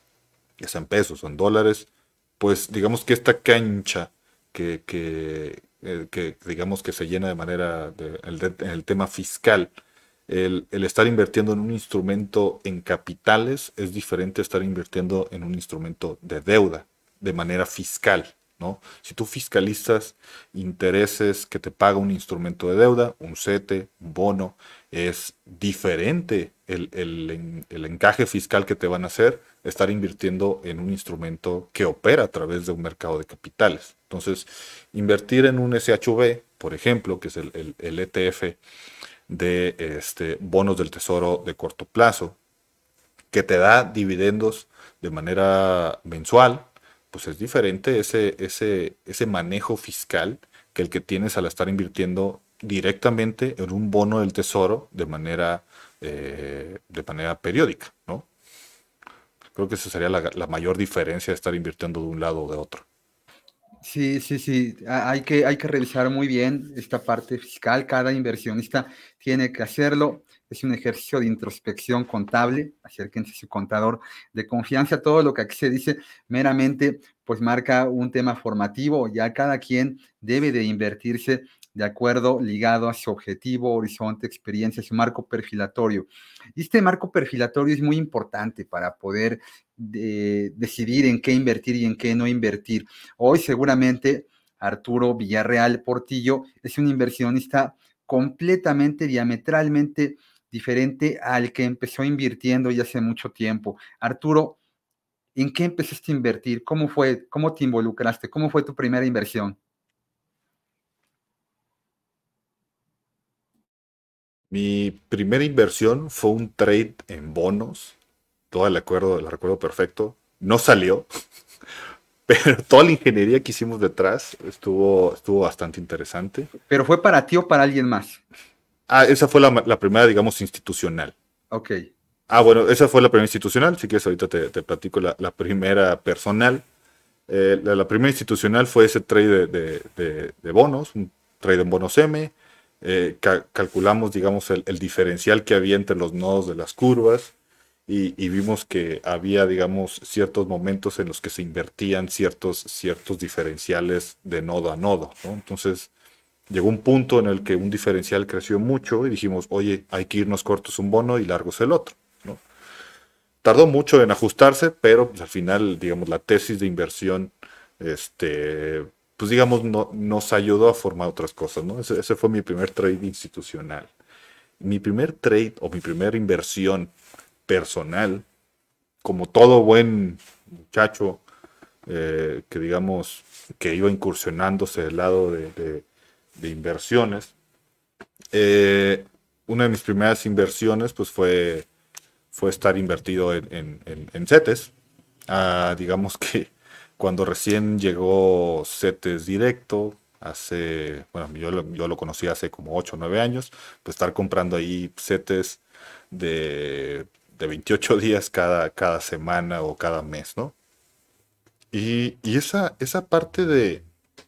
ya sea en pesos o en dólares, pues digamos que esta cancha que, que, eh, que digamos que se llena de manera, de- el, de- en el tema fiscal, el, el estar invirtiendo en un instrumento en capitales es diferente a estar invirtiendo en un instrumento de deuda de manera fiscal, ¿no? Si tú fiscalizas intereses que te paga un instrumento de deuda, un CETE, un bono, es diferente el, el en- el encaje fiscal que te van a hacer estar invirtiendo en un instrumento que opera a través de un mercado de capitales. Entonces, invertir en un S H V, por ejemplo, que es el, el- el E T F de este, bonos del tesoro de corto plazo, que te da dividendos de manera mensual, pues es diferente ese, ese, ese manejo fiscal que el que tienes al estar invirtiendo directamente en un bono del tesoro de manera, eh, de manera periódica, ¿no? Creo que esa sería la, la mayor diferencia de estar invirtiendo de un lado o de otro. Sí, sí, sí. Ha- Hay que, hay que revisar muy bien esta parte fiscal. Cada inversionista tiene que hacerlo. Es un ejercicio de introspección contable. Acérquense a su contador de confianza. Todo lo que aquí se dice meramente, pues marca un tema formativo. Ya cada quien debe de invertirse de acuerdo, ligado a su objetivo, horizonte, experiencia, su marco perfilatorio. Y este marco perfilatorio es muy importante para poder de- decidir en qué invertir y en qué no invertir. Hoy seguramente Arturo Villarreal Portillo es un inversionista completamente, diametralmente diferente al que empezó invirtiendo ya hace mucho tiempo. Arturo, ¿en qué empezaste a invertir? ¿Cómo fue? ¿Cómo te involucraste? ¿Cómo fue tu primera inversión? Mi primera inversión fue un trade en bonos. Todo el acuerdo, lo recuerdo perfecto. No salió. pero toda la ingeniería que hicimos detrás estuvo, estuvo bastante interesante. ¿Pero fue para ti o para alguien más? Ah, esa fue la, la primera, digamos, institucional. Ok. Ah, bueno, esa fue la primera institucional. Si quieres, ahorita te, te platico la, la primera personal. Eh, la, la primera institucional fue ese trade de, de, de, de bonos, un trade en bonos M. Eh, ca calculamos, digamos, el, el diferencial que había entre los nodos de las curvas y, y vimos que había, digamos, ciertos momentos en los que se invertían ciertos, ciertos diferenciales de nodo a nodo, ¿no? Entonces, llegó un punto en el que un diferencial creció mucho y dijimos, oye, hay que irnos cortos un bono y largos el otro, ¿no? Tardó mucho en ajustarse, pero pues, al final, digamos, la tesis de inversión, este, pues digamos, no, nos ayudó a formar otras cosas, ¿no? Ese, ese fue mi primer trade institucional. Mi primer trade o mi primera inversión personal, como todo buen muchacho eh, que digamos que iba incursionándose del lado de, de, de inversiones, eh, una de mis primeras inversiones pues fue, fue estar invertido en, en, en, en CETES. Ah, digamos que cuando recién llegó CETES Directo, hace, bueno, yo lo, yo lo conocí hace como ocho o nueve años, pues estar comprando ahí CETES de, de veintiocho días cada, cada semana o cada mes, ¿no? Y, y esa, esa parte de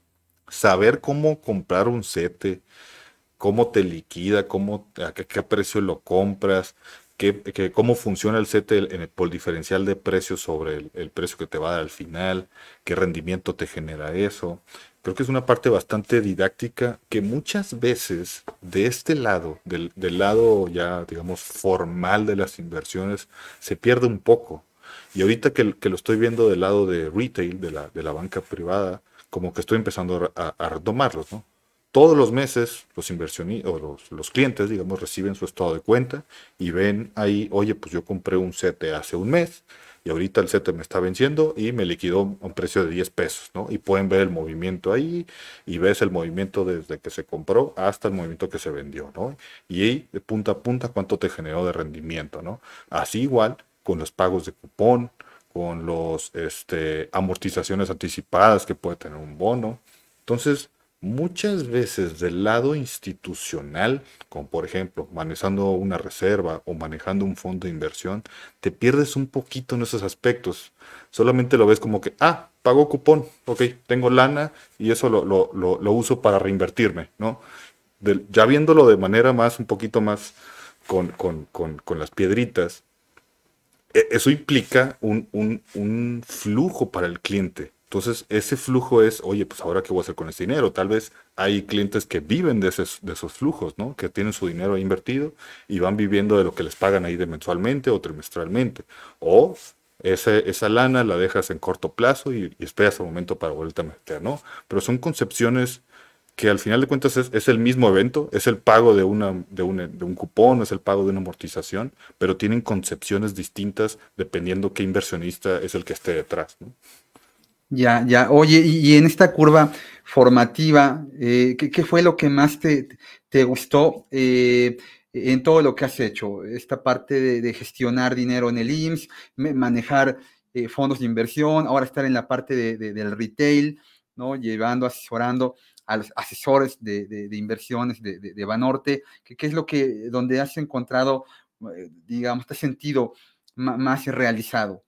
saber cómo comprar un CETE, cómo te liquida, cómo, a qué, qué precio lo compras, qué, qué- cómo funciona el CETE en el, por el diferencial de precios sobre el, el precio que te va a dar al final, qué rendimiento te genera eso. Creo que es una parte bastante didáctica que muchas veces de este lado, del, del lado ya, digamos, formal de las inversiones, se pierde un poco. Y ahorita que, que lo estoy viendo del lado de retail, de la, de la banca privada, como que estoy empezando a, a retomarlos, ¿no? Todos los meses los inversionistas o los, los clientes, digamos, reciben su estado de cuenta y ven ahí, oye, pues yo compré un CETE hace un mes y ahorita el CETE me está venciendo y me liquidó a un precio de diez pesos, ¿no? Y pueden ver el movimiento ahí y ves el movimiento desde que se compró hasta el movimiento que se vendió, ¿no? Y ahí, de punta a punta, cuánto te generó de rendimiento, ¿no? Así igual con los pagos de cupón, con los este, amortizaciones anticipadas que puede tener un bono. Entonces, muchas veces del lado institucional, como por ejemplo manejando una reserva o manejando un fondo de inversión, te pierdes un poquito en esos aspectos. Solamente lo ves como que, ah, pago cupón, ok, tengo lana y eso lo, lo, lo, lo uso para reinvertirme, ¿no? Del- ya viéndolo de manera más, un poquito más con, con, con, con las piedritas, e- eso implica un, un, un flujo para el cliente. Entonces, ese flujo es, oye, pues ahora qué voy a hacer con ese dinero. Tal vez hay clientes que viven de esos, de esos flujos, ¿no? Que tienen su dinero ahí invertido y van viviendo de lo que les pagan ahí de mensualmente o trimestralmente. O ese- esa lana la dejas en corto plazo y, y esperas el momento para volverte a meter, ¿no? Pero son concepciones que al final de cuentas es, es el mismo evento, es el pago de, una, de, un, de un cupón, es el pago de una amortización, pero tienen concepciones distintas dependiendo qué inversionista es el que esté detrás, ¿no? Ya, ya. Oye, y, y en esta curva formativa, eh, ¿qué, qué fue lo que más te, te gustó eh, en todo lo que has hecho? Esta parte de, de gestionar dinero en el I M S S, me- manejar eh, fondos de inversión, ahora estar en la parte de, de- del retail, ¿no? Llevando, asesorando a los asesores de, de- de inversiones de, de, de Banorte. ¿Qué, qué es lo que, donde has encontrado, eh, digamos, te has sentido ma- más realizado?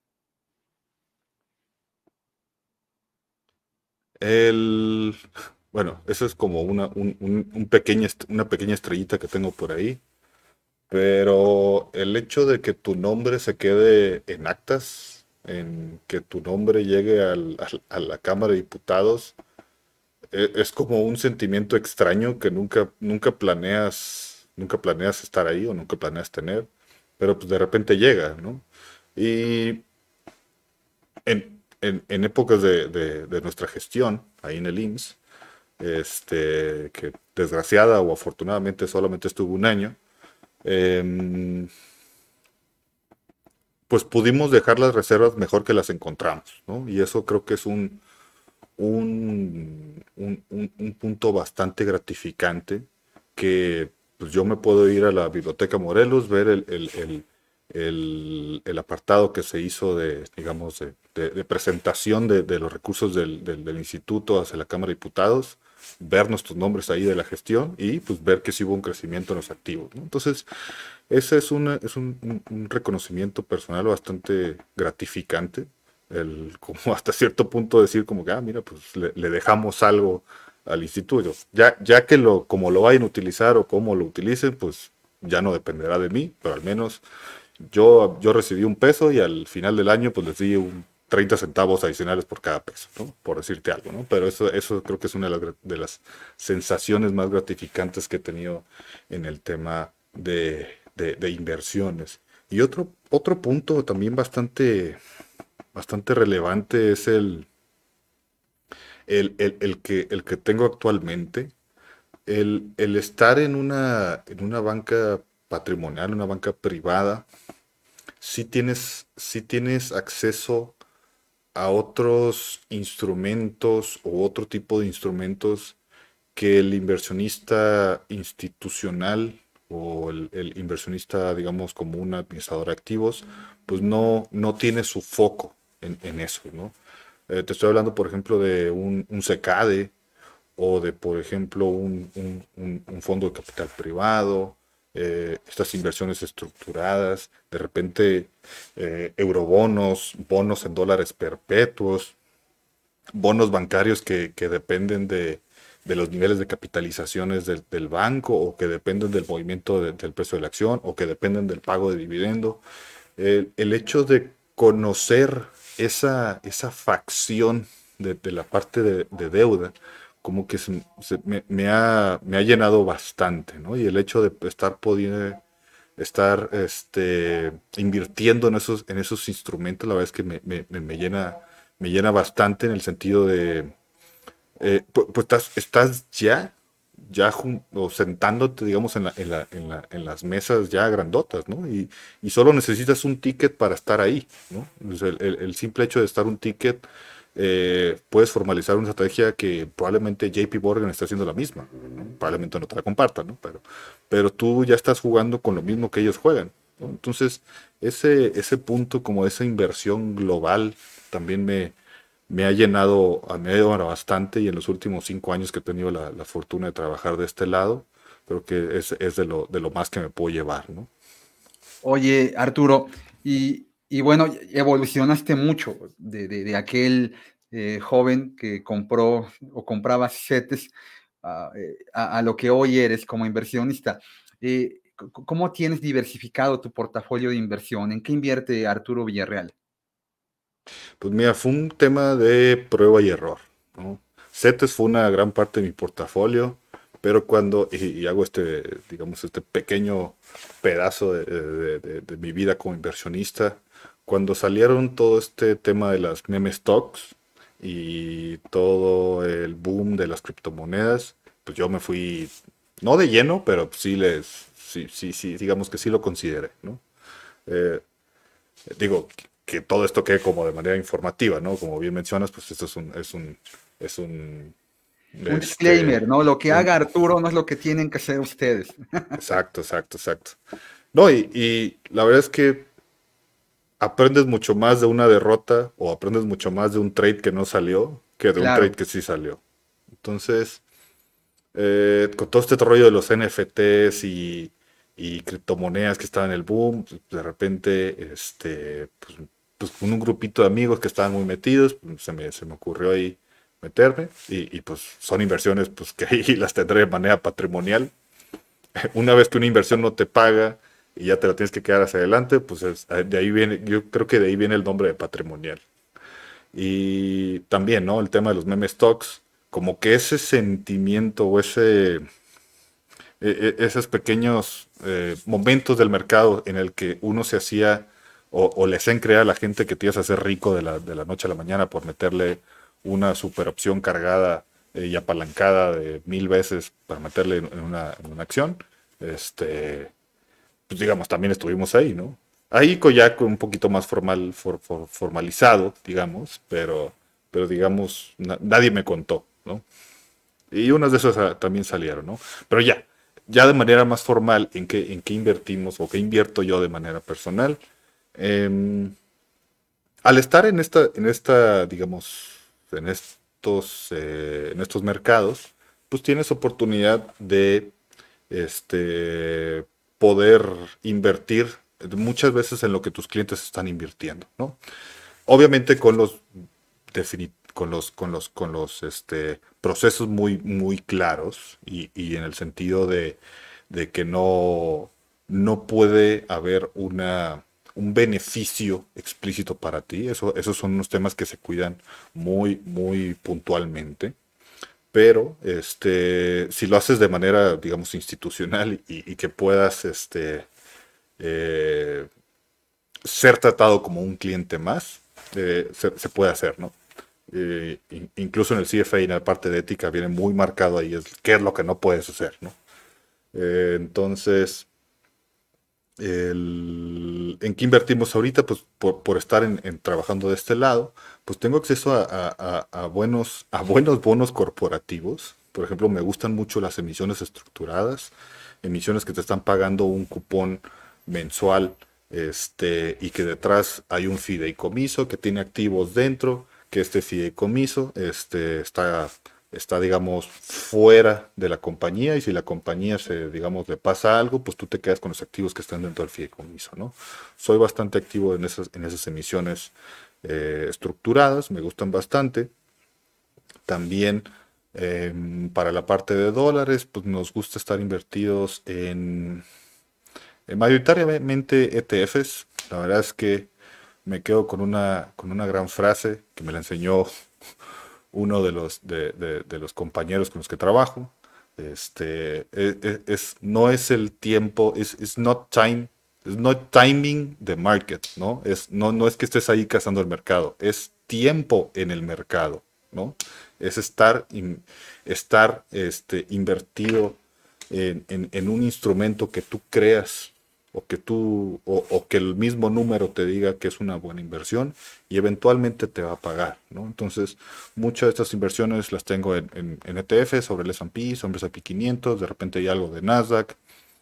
El, bueno, eso es como una, un, un- un pequeña est- una pequeña estrellita que tengo por ahí, pero el hecho de que tu nombre se quede en actas, en que tu nombre llegue al- al- a la Cámara de Diputados, e- es como un sentimiento extraño que nunca, nunca planeas, nunca planeas estar ahí o nunca planeas tener, pero pues de repente llega, ¿no? Y en, en- en épocas de, de- de nuestra gestión, ahí en el I M S S, este, que desgraciada o afortunadamente solamente estuvo un año, em, pues pudimos dejar las reservas mejor que las encontramos, ¿no? Y eso creo que es un, un, un- un- un punto bastante gratificante que pues yo me puedo ir a la Biblioteca Morelos, ver el, el- el- el, el apartado que se hizo de, digamos, de, de, de presentación de, de los recursos del, del, del instituto hacia la Cámara de Diputados, ver nuestros nombres ahí de la gestión y pues ver que sí hubo un crecimiento en los activos, ¿no? Entonces, ese es, una, es un, un, un reconocimiento personal bastante gratificante, el como hasta cierto punto decir como que, ah, mira, pues le, le dejamos algo al instituto. Ya, ya que lo, como lo vayan a utilizar o cómo lo utilicen, pues ya no dependerá de mí, pero al menos yo, yo recibí un peso y al final del año pues les di un treinta centavos adicionales por cada peso, ¿no? Por decirte algo, ¿no? Pero eso, eso creo que es una de las, de las sensaciones más gratificantes que he tenido en el tema de, de, de inversiones. Y otro, otro punto también bastante, bastante relevante es el, el, el, el que, el que tengo actualmente. El, el estar en una, en una banca patrimonial, una banca privada, sí tienes, sí tienes acceso a otros instrumentos o otro tipo de instrumentos que el inversionista institucional o el, el inversionista, digamos, como un administrador de activos, pues no, no tiene su foco en, en eso, ¿no? Eh, te estoy hablando, por ejemplo, de un, un SECADE o de, por ejemplo, un, un- un- un fondo de capital privado, eh, estas inversiones estructuradas, de repente eh, eurobonos, bonos en dólares perpetuos, bonos bancarios que, que dependen de, de los niveles de capitalizaciones del, del banco o que dependen del movimiento de- del precio de la acción o que dependen del pago de dividendo. El, el hecho de conocer esa, esa facción de, de la parte de, de deuda, como que se- se- me, me ha, me ha llenado bastante, ¿no? Y el hecho de estar pudiendo estar este, invirtiendo en esos, en esos instrumentos, la verdad es que me, me- me- me llena, me llena bastante en el sentido de, eh, pu- pues, estás, estás ya, ya jun- o sentándote, digamos, en la, en la- en la- en las mesas ya grandotas, ¿no? Y, y solo necesitas un ticket para estar ahí, ¿no? O sea, el, el- el simple hecho de estar un ticket, eh, puedes formalizar una estrategia que probablemente J P Morgan está haciendo la misma, ¿no? Probablemente no te la compartan, ¿no? Pero, pero tú ya estás jugando con lo mismo que ellos juegan, ¿no? Entonces, ese, ese punto como esa inversión global también me, me ha llenado, me ha llenado bastante y en los últimos cinco años que he tenido la, la fortuna de trabajar de este lado, creo que es, es de lo, de lo más que me puedo llevar, ¿no? Oye, Arturo, y, y bueno, evolucionaste mucho de, de- de aquel eh, joven que compró o compraba CETES a, eh, a- a lo que hoy eres como inversionista. Eh, c- ¿Cómo tienes diversificado tu portafolio de inversión? ¿En qué invierte Arturo Villarreal? Pues mira, fue un tema de prueba y error, ¿no? CETES fue una gran parte de mi portafolio, pero cuando, y, y hago este, digamos, este pequeño pedazo de, de- de- de mi vida como inversionista, cuando salieron todo este tema de las meme stocks y todo el boom de las criptomonedas, pues yo me fui, no de lleno, pero sí les, sí, sí, sí, digamos que sí lo consideré, ¿no? Eh, Digo, que todo esto quede como de manera informativa, ¿no? Como bien mencionas, pues esto es un, es un, es un, Un este, disclaimer, ¿no? Lo que un, haga Arturo no es lo que tienen que hacer ustedes. exacto, exacto, exacto. No, y, y la verdad es que aprendes mucho más de una derrota o aprendes mucho más de un trade que no salió que de un trade Claro. que sí salió. Entonces, eh, con todo este rollo de los N F Ts y, y criptomonedas que estaban en el boom, pues, de repente, este, pues, pues, con un grupito de amigos que estaban muy metidos, pues, se me, se me ocurrió ahí meterme y, y, pues son inversiones pues que ahí las tendré de manera patrimonial. Una vez que una inversión no te paga y ya te la tienes que quedar hacia adelante, pues es- de ahí viene, yo creo que de ahí viene el nombre de patrimonial. Y también, ¿no? El tema de los meme stocks, como que ese sentimiento o ese eh, eh, esos pequeños eh, momentos del mercado en el que uno se hacía o, o le hacían creer a la gente que te ibas a hacer rico de la, de la noche a la mañana por meterle una super opción cargada eh, y apalancada de mil veces para meterle en, en una, en una acción, este, pues digamos, también estuvimos ahí, ¿no? Ahí con ya con un poquito más formal, for- for- formalizado, digamos, pero, pero digamos, na- nadie me contó, ¿no? Y unas de esas ah, también salieron, ¿no? Pero ya, ya de manera más formal, ¿en qué, en qué invertimos o qué invierto yo de manera personal? Eh, al estar en esta, en esta, digamos, en estos, eh, en estos mercados, pues tienes oportunidad de este, poder invertir muchas veces en lo que tus clientes están invirtiendo, ¿no? Obviamente con los defini- con los, con los, con los este, procesos muy, muy claros y, y en el sentido de, de que no, no puede haber una, un beneficio explícito para ti. Eso, esos son unos temas que se cuidan muy, muy puntualmente. Pero este, si lo haces de manera, digamos, institucional y, y que puedas este, eh, ser tratado como un cliente más, eh, se, se puede hacer, ¿no? Eh, in- incluso en el C F A y en la parte de ética viene muy marcado ahí es qué es lo que no puedes hacer, ¿no? Eh, entonces, el- ¿en qué invertimos ahorita? Pues por, por estar en, en trabajando de este lado, pues tengo acceso a, a- a- a buenos, a buenos bonos corporativos. Por ejemplo, me gustan mucho las emisiones estructuradas, emisiones que te están pagando un cupón mensual, este, y que detrás hay un fideicomiso que tiene activos dentro, que este fideicomiso este, está está, digamos, fuera de la compañía y si la compañía se, digamos, le pasa algo, pues tú te quedas con los activos que están dentro del fideicomiso, ¿no? Soy bastante activo en esas, en esas emisiones eh, estructuradas, me gustan bastante. También eh, para la parte de dólares, pues nos gusta estar invertidos en, en mayoritariamente E T Fs. La verdad es que me quedo con una, con una gran frase que me la enseñó uno de los, de, de- de los compañeros con los que trabajo. Este, e- e- es, no es el tiempo, es it's not time, it's not timing the market, ¿no? Es, no, no es que estés ahí cazando el mercado, es tiempo en el mercado, ¿no? Es estar, in- estar este, invertido en, en- en un instrumento que tú creas o que tú o, o que el mismo número te diga que es una buena inversión y eventualmente te va a pagar, ¿no? Entonces, muchas de estas inversiones las tengo en, en, en E T F, sobre el S and P, sobre el S and P quinientos, de repente hay algo de Nasdaq.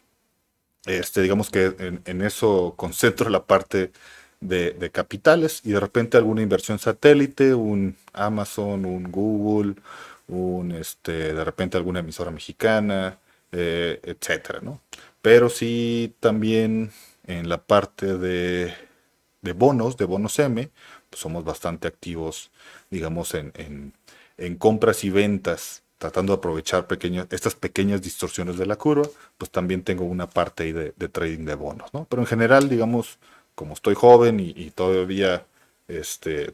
Este, digamos que en, en eso concentro la parte de, de capitales y de repente alguna inversión satélite, un Amazon, un Google, un este, de repente alguna emisora mexicana, eh, etcétera, ¿no? Pero sí también en la parte de, de bonos, de bonos M, pues somos bastante activos, digamos, en, en- en compras y ventas, tratando de aprovechar pequeñas, estas pequeñas distorsiones de la curva, pues también tengo una parte ahí de, de trading de bonos, ¿no? Pero en general, digamos, como estoy joven y, y todavía este,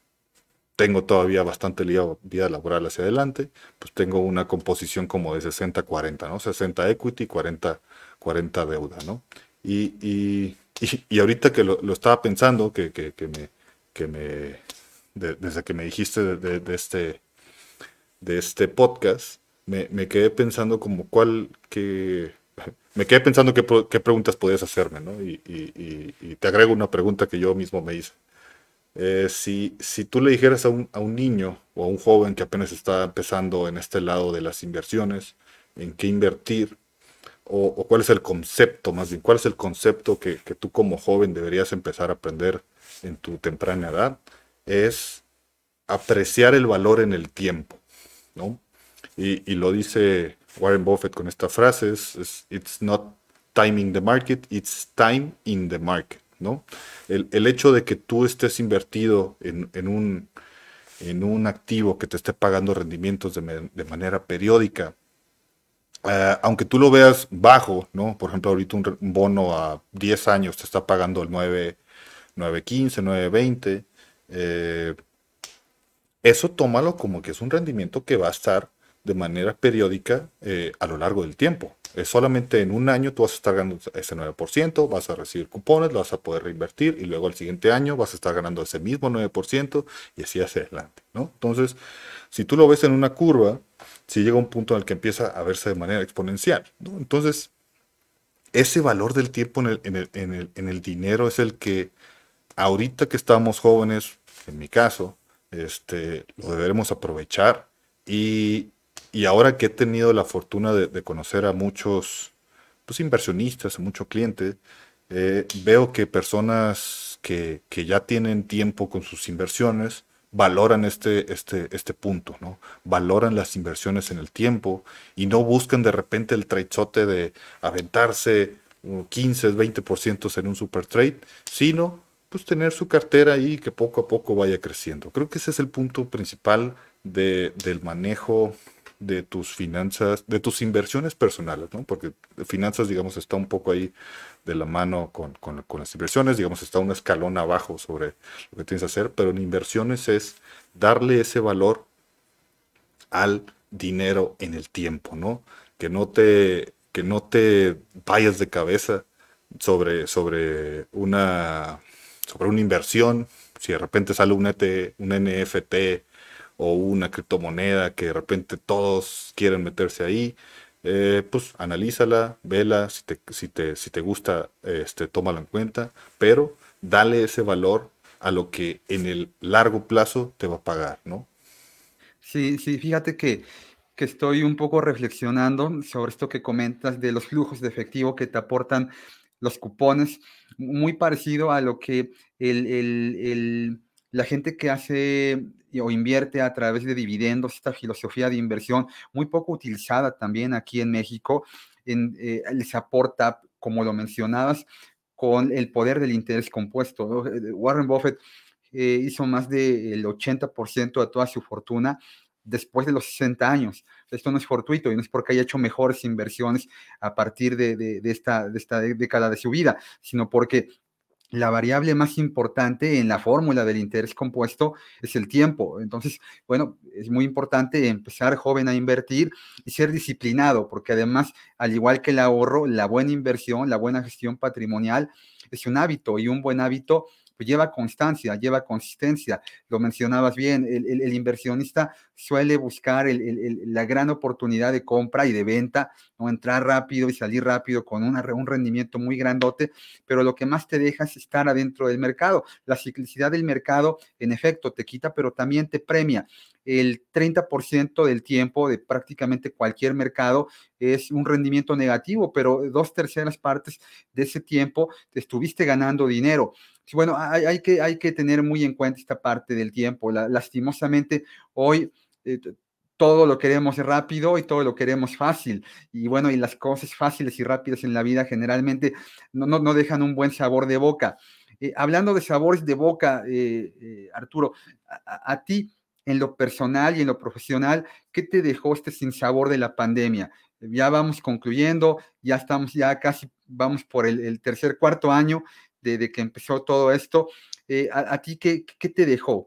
tengo todavía bastante vida, vida laboral hacia adelante, pues tengo una composición como de sesenta cuarenta, ¿no? sesenta equity, cuarenta, cuarenta deuda, ¿no? Y, y, y, y ahorita que lo, lo estaba pensando, que, que, que me, que me de- desde que me dijiste de, de- de este, de este podcast, me, me quedé pensando como cuál, que, me quedé pensando qué, pro- qué preguntas podías hacerme, ¿no? Y, y- y- y te agrego una pregunta que yo mismo me hice. Eh, si, si tú le dijeras a un, a un niño o a un joven que apenas está empezando en este lado de las inversiones, en qué invertir, o, o cuál es el concepto, más bien, cuál es el concepto que, que tú como joven deberías empezar a aprender en tu temprana edad, es apreciar el valor en el tiempo, ¿no? Y, y lo dice Warren Buffett con esta frase, es, es, it's not timing the market, it's time in the market, ¿no? El, el hecho de que tú estés invertido en, en un, en un activo que te esté pagando rendimientos de, me- de manera periódica, eh, aunque tú lo veas bajo, ¿no? Por ejemplo, ahorita un, re- un bono a diez años te está pagando el nueve, nueve quince, nueve veinte, eh, eso tómalo como que es un rendimiento que va a estar de manera periódica eh, a lo largo del tiempo. Es solamente en un año tú vas a estar ganando ese nueve por ciento, vas a recibir cupones, lo vas a poder reinvertir y luego al siguiente año vas a estar ganando ese mismo nueve por ciento y así hacia adelante, ¿no? Entonces, si tú lo ves en una curva, si llega un punto en el que empieza a verse de manera exponencial, ¿no? Entonces, ese valor del tiempo en el, en el, en el, en el dinero es el que ahorita que estamos jóvenes, en mi caso, este, lo deberemos aprovechar y, y ahora que he tenido la fortuna de, de conocer a muchos pues, inversionistas, a muchos clientes, eh, veo que personas que, que ya tienen tiempo con sus inversiones valoran este, este, este punto, ¿no? Valoran las inversiones en el tiempo y no buscan de repente el tradezote de aventarse uh, quince, veinte por ciento en un super trade, sino pues tener su cartera ahí que poco a poco vaya creciendo. Creo que ese es el punto principal de, del manejo de tus finanzas, de tus inversiones personales, ¿no? Porque finanzas, digamos, está un poco ahí de la mano con, con, con las inversiones, digamos, está un escalón abajo sobre lo que tienes que hacer, pero en inversiones es darle ese valor al dinero en el tiempo, ¿no? Que no te, que no te vayas de cabeza sobre, sobre, una, sobre una inversión. Si de repente sale un, E T, un N F T o una criptomoneda que de repente todos quieren meterse ahí, eh, pues analízala, vela, si te, si te, si te gusta, este, tómala en cuenta, pero dale ese valor a lo que en el largo plazo te va a pagar, ¿no? Sí, sí, fíjate que, que estoy un poco reflexionando sobre esto que comentas de los flujos de efectivo que te aportan los cupones, muy parecido a lo que el, el- el- la gente que hace o invierte a través de dividendos, esta filosofía de inversión muy poco utilizada también aquí en México, en, eh, les aporta, como lo mencionabas, con el poder del interés compuesto, ¿no? Eh, Warren Buffett eh, hizo más del ochenta por ciento de toda su fortuna después de los sesenta años. Esto no es fortuito y no es porque haya hecho mejores inversiones a partir de, de, de esta, de esta década de su vida, sino porque la variable más importante en la fórmula del interés compuesto es el tiempo. Entonces, bueno, es muy importante empezar joven a invertir y ser disciplinado, porque además, al igual que el ahorro, la buena inversión, la buena gestión patrimonial es un hábito y un buen hábito pues lleva constancia, lleva consistencia. Lo mencionabas bien, el, el, el inversionista suele buscar el, el, la gran oportunidad de compra y de venta, no entrar rápido y salir rápido con una, un rendimiento muy grandote, pero lo que más te deja es estar adentro del mercado. La ciclicidad del mercado, en efecto, te quita, pero también te premia. El treinta por ciento del tiempo de prácticamente cualquier mercado es un rendimiento negativo, pero dos terceras partes de ese tiempo te estuviste ganando dinero. Bueno, hay, hay, que, hay que tener muy en cuenta esta parte del tiempo. La, lastimosamente, hoy eh, todo lo queremos rápido y todo lo queremos fácil. Y bueno, y las cosas fáciles y rápidas en la vida generalmente no, no, no dejan un buen sabor de boca. Eh, hablando de sabores de boca, eh, eh, Arturo, a, a, ti en lo personal y en lo profesional, ¿qué te dejó este sinsabor de la pandemia? Ya vamos concluyendo, ya estamos, ya casi vamos por el, el tercer, cuarto año de, de que empezó todo esto. Eh, a, ¿A ti qué, qué te dejó?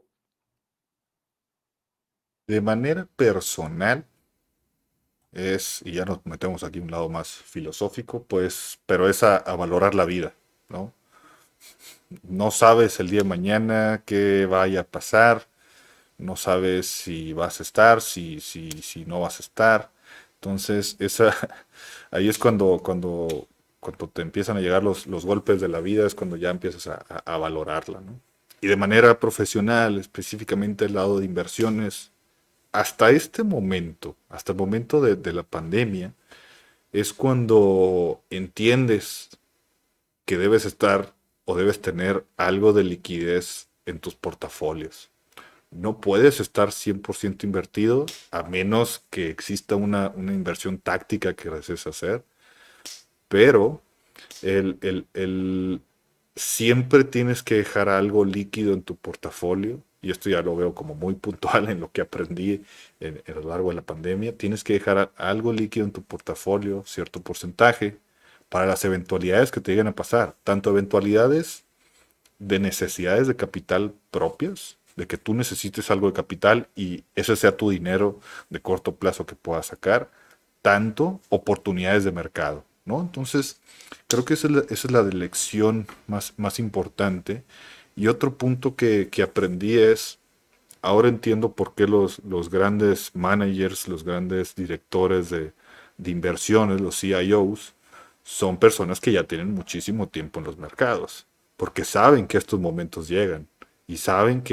De manera personal, es, y ya nos metemos aquí a un lado más filosófico, pues, pero es a, a valorar la vida, ¿no? No sabes el día de mañana qué vaya a pasar, no sabes si vas a estar, si, si, si no vas a estar. Entonces, esa, ahí es cuando, cuando, cuando te empiezan a llegar los, los golpes de la vida, es cuando ya empiezas a, a, a valorarla, ¿no? Y de manera profesional, específicamente el lado de inversiones, hasta este momento, hasta el momento de, de la pandemia, es cuando entiendes que debes estar o debes tener algo de liquidez en tus portafolios. No puedes estar cien por ciento invertido a menos que exista una, una inversión táctica que desees hacer, pero el, el, el, siempre tienes que dejar algo líquido en tu portafolio, y esto ya lo veo como muy puntual en lo que aprendí en, en a lo largo de la pandemia. Tienes que dejar algo líquido en tu portafolio, cierto porcentaje, para las eventualidades que te lleguen a pasar, tanto eventualidades de necesidades de capital propias, de que tú necesites algo de capital y ese sea tu dinero de corto plazo que puedas sacar, tanto oportunidades de mercado, ¿no? Entonces, creo que esa es la, esa es la lección más, más importante. Y otro punto que, que aprendí es, ahora entiendo por qué los, los grandes managers, los grandes directores de, de inversiones, los C I Os, son personas que ya tienen muchísimo tiempo en los mercados, porque saben que estos momentos llegan y saben que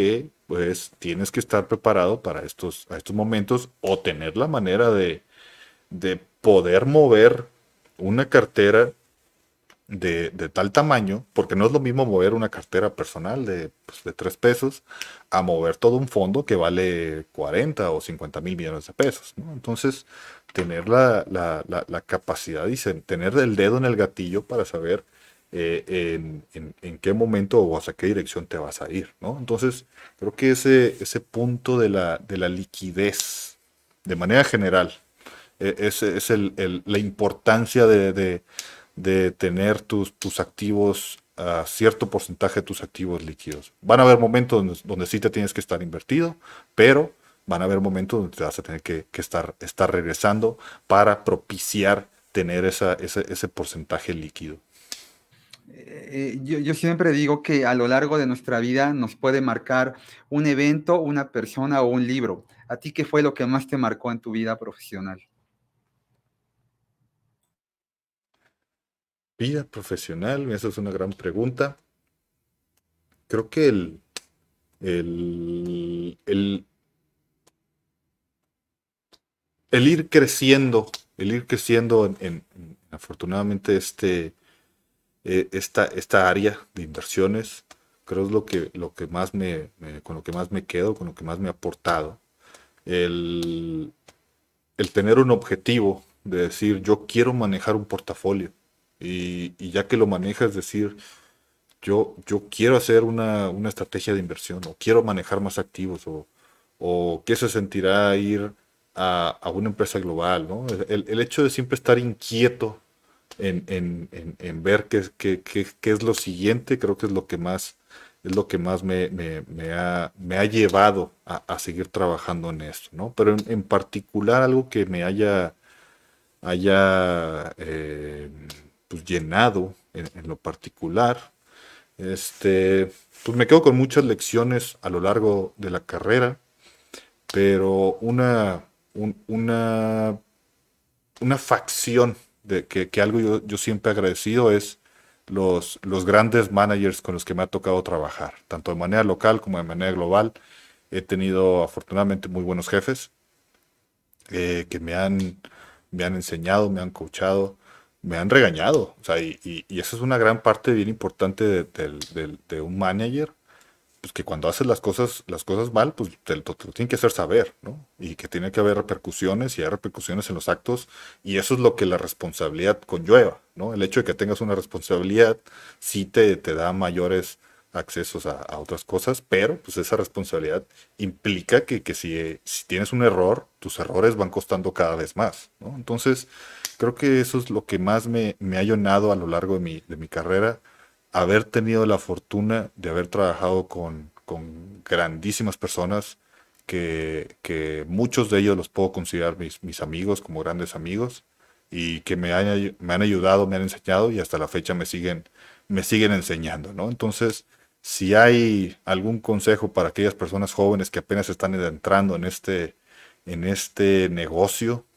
pues tienes que estar preparado para estos, a estos momentos o tener la manera de, de poder mover una cartera de, de tal tamaño, porque no es lo mismo mover una cartera personal de, pues, de tres pesos a mover todo un fondo que vale cuarenta o cincuenta mil millones de pesos, ¿no? Entonces, tener la, la, la, la capacidad y se- tener el dedo en el gatillo para saber eh, en, en- en qué momento o hacia qué dirección te vas a ir, ¿no? Entonces, creo que ese, ese punto de la, de la liquidez, de manera general, e- es, es el- el- la importancia de, de- de tener tus, tus activos, a cierto porcentaje de tus activos líquidos. Van a haber momentos donde, donde sí te tienes que estar invertido, pero van a haber momentos donde te vas a tener que, que estar, estar regresando para propiciar tener esa, ese, ese porcentaje líquido. Eh, yo, yo siempre digo que a lo largo de nuestra vida nos puede marcar un evento, una persona o un libro. ¿A ti qué fue lo que más te marcó en tu vida profesional? Vida profesional, esa es una gran pregunta. Creo que el, el, el, el ir creciendo, el ir creciendo en, en- en, afortunadamente este, eh, esta, esta área de inversiones, creo es lo que, lo que más me, me- con lo que más me quedo, con lo que más me ha aportado. El, el tener un objetivo de decir, yo quiero manejar un portafolio. Y, y ya que lo manejas, decir, yo, yo quiero hacer una, una estrategia de inversión, o quiero manejar más activos, o, o qué se sentirá ir a, a una empresa global, ¿no? El, el hecho de siempre estar inquieto en, en- en- en ver qué, es- qué- qué- qué es lo siguiente, creo que es lo que más, es lo que más me, me- me ha, me ha llevado a, a seguir trabajando en esto, ¿no? Pero en, en particular algo que me haya, haya eh, pues llenado en, en lo particular, este, pues me quedo con muchas lecciones a lo largo de la carrera, pero una, un- una una facción de que, que algo yo, yo siempre he agradecido es los, los grandes managers con los que me ha tocado trabajar, tanto de manera local como de manera global. He tenido afortunadamente muy buenos jefes eh, que me han, me han enseñado, me han coachado, me han regañado. O sea, y, y, y esa es una gran parte bien importante de, del- del- de un manager, pues que cuando haces las cosas, las cosas mal, pues te, lo te lo tienen que hacer saber, ¿no? Y que tiene que haber repercusiones y hay repercusiones en los actos y eso es lo que la responsabilidad conlleva, ¿no? El hecho de que tengas una responsabilidad sí te, te da mayores accesos a, a otras cosas, pero pues esa responsabilidad implica que, que si, si tienes un error, tus errores van costando cada vez más, ¿no? Entonces, creo que eso es lo que más me, me ha llenado a lo largo de mi, de mi carrera, haber tenido la fortuna de haber trabajado con, con grandísimas personas que, que muchos de ellos los puedo considerar mis, mis amigos, como grandes amigos, y que me han, me han ayudado, me han enseñado y hasta la fecha me siguen, me siguen enseñando, ¿no? Entonces, si hay algún consejo para aquellas personas jóvenes que apenas están entrando en este, en este negocio,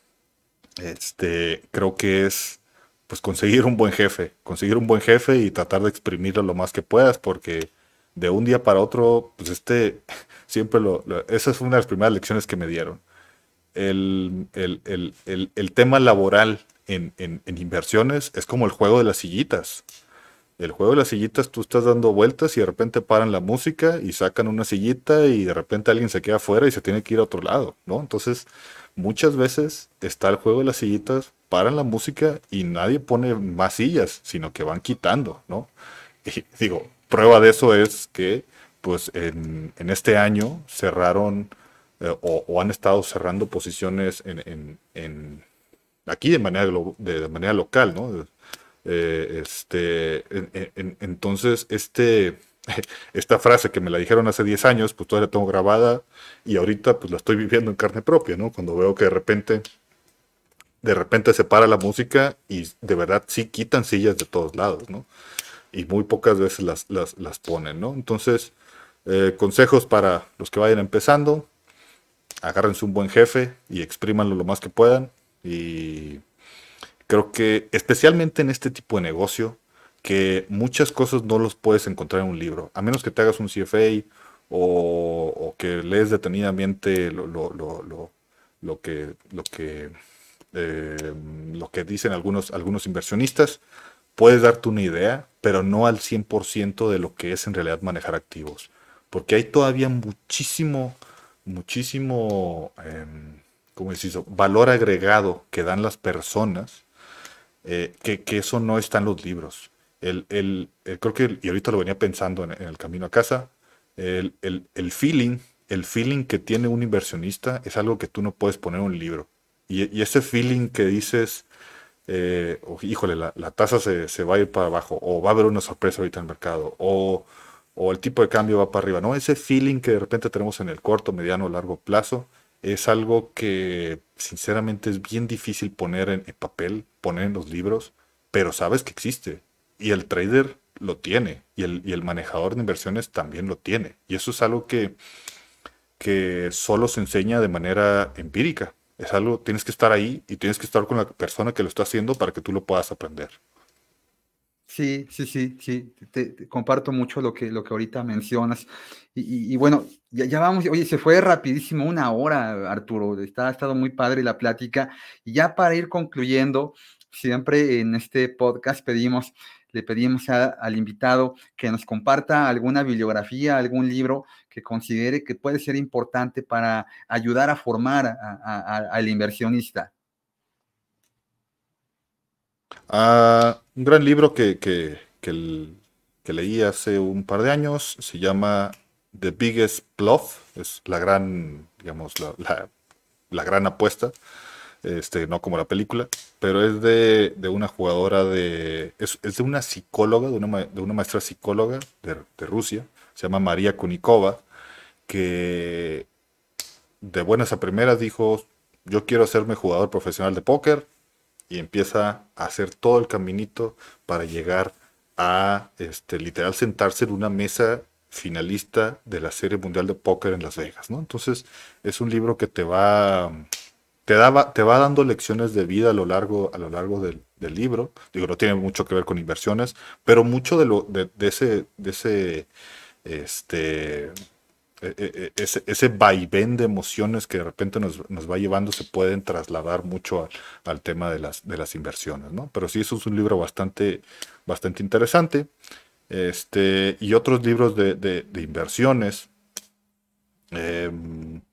este, creo que es pues conseguir un buen jefe, conseguir un buen jefe y tratar de exprimirlo lo más que puedas, porque de un día para otro, pues este, siempre lo, lo- esa es una de las primeras lecciones que me dieron. El, el- el- el- el tema laboral en, en- en inversiones es como el juego de las sillitas. El juego de las sillitas, tú estás dando vueltas y de repente paran la música y sacan una sillita y de repente alguien se queda afuera y se tiene que ir a otro lado, ¿no? Entonces, muchas veces está el juego de las sillitas, paran la música y nadie pone más sillas, sino que van quitando, ¿no? Y digo, prueba de eso es que, pues, en, en este año cerraron eh, o, o han estado cerrando posiciones en, en- en- aquí de manera, glo- de, de manera local, ¿no? Eh, este, en- en- entonces, este, esta frase que me la dijeron hace diez años, pues todavía la tengo grabada y ahorita pues la estoy viviendo en carne propia, ¿no? Cuando veo que de repente, de repente se para la música y de verdad sí quitan sillas de todos lados, ¿no? Y muy pocas veces las, las, las ponen, ¿no? Entonces, eh, consejos para los que vayan empezando, agárrense un buen jefe y exprímanlo lo más que puedan y creo que especialmente en este tipo de negocio, que muchas cosas no los puedes encontrar en un libro, a menos que te hagas un C F A o, o que lees detenidamente lo, lo, lo, lo, lo que, lo que, eh, lo que dicen algunos, algunos inversionistas, puedes darte una idea, pero no al cien por ciento de lo que es en realidad manejar activos. Porque hay todavía muchísimo, muchísimo, eh, ¿cómo decís? Valor agregado que dan las personas, eh, que, que eso no está en los libros. El, el, el- creo que, y ahorita lo venía pensando en, en el camino a casa, el, el, el feeling, el feeling que tiene un inversionista es algo que tú no puedes poner en un libro. Y, y ese feeling que dices, eh, o, híjole, la, la tasa se, se va a ir para abajo, o va a haber una sorpresa ahorita en el mercado, o, o el tipo de cambio va para arriba, ¿no? Ese feeling que de repente tenemos en el corto, mediano o largo plazo es algo que sinceramente es bien difícil poner en, en papel, poner en los libros, pero sabes que existe. Y el trader lo tiene, y el, y el manejador de inversiones también lo tiene. Y eso es algo que que solo se enseña de manera empírica. Es algo, tienes que estar ahí y tienes que estar con la persona que lo está haciendo para que tú lo puedas aprender. Sí, sí, sí, sí, te, te comparto mucho lo que, lo que ahorita mencionas. Y, y- y bueno, ya, ya vamos, oye, se fue rapidísimo, una hora, Arturo, está, ha estado muy padre la plática. Y ya para ir concluyendo, siempre en este podcast pedimos, le pedimos a- al invitado que nos comparta alguna bibliografía, algún libro que considere que puede ser importante para ayudar a formar a- a- a- al inversionista. Ah, un gran libro que, que, que, el- que leí hace un par de años se llama The Biggest Bluff, es la gran, digamos, la, la- la gran apuesta, este, no como la película, pero es de, de una jugadora de, es, es de una psicóloga, de una, ma- de una maestra psicóloga de, de Rusia, se llama María Kunikova, que de buenas a primeras dijo, yo quiero hacerme jugador profesional de póker, y empieza a hacer todo el caminito para llegar a, este, literal, sentarse en una mesa finalista de la Serie Mundial de Póker en Las Vegas, ¿no? Entonces, es un libro que te va, te daba, te va dando lecciones de vida a lo largo, a lo largo del, del libro. Digo, no tiene mucho que ver con inversiones, pero mucho de lo, de, de ese, de ese, este, e- e- e- ese, ese vaivén de emociones que de repente nos, nos va llevando se pueden trasladar mucho al, al tema de las, de las inversiones, ¿no? Pero sí, eso es un libro bastante, bastante interesante. Este, y otros libros de, de- de inversiones. em,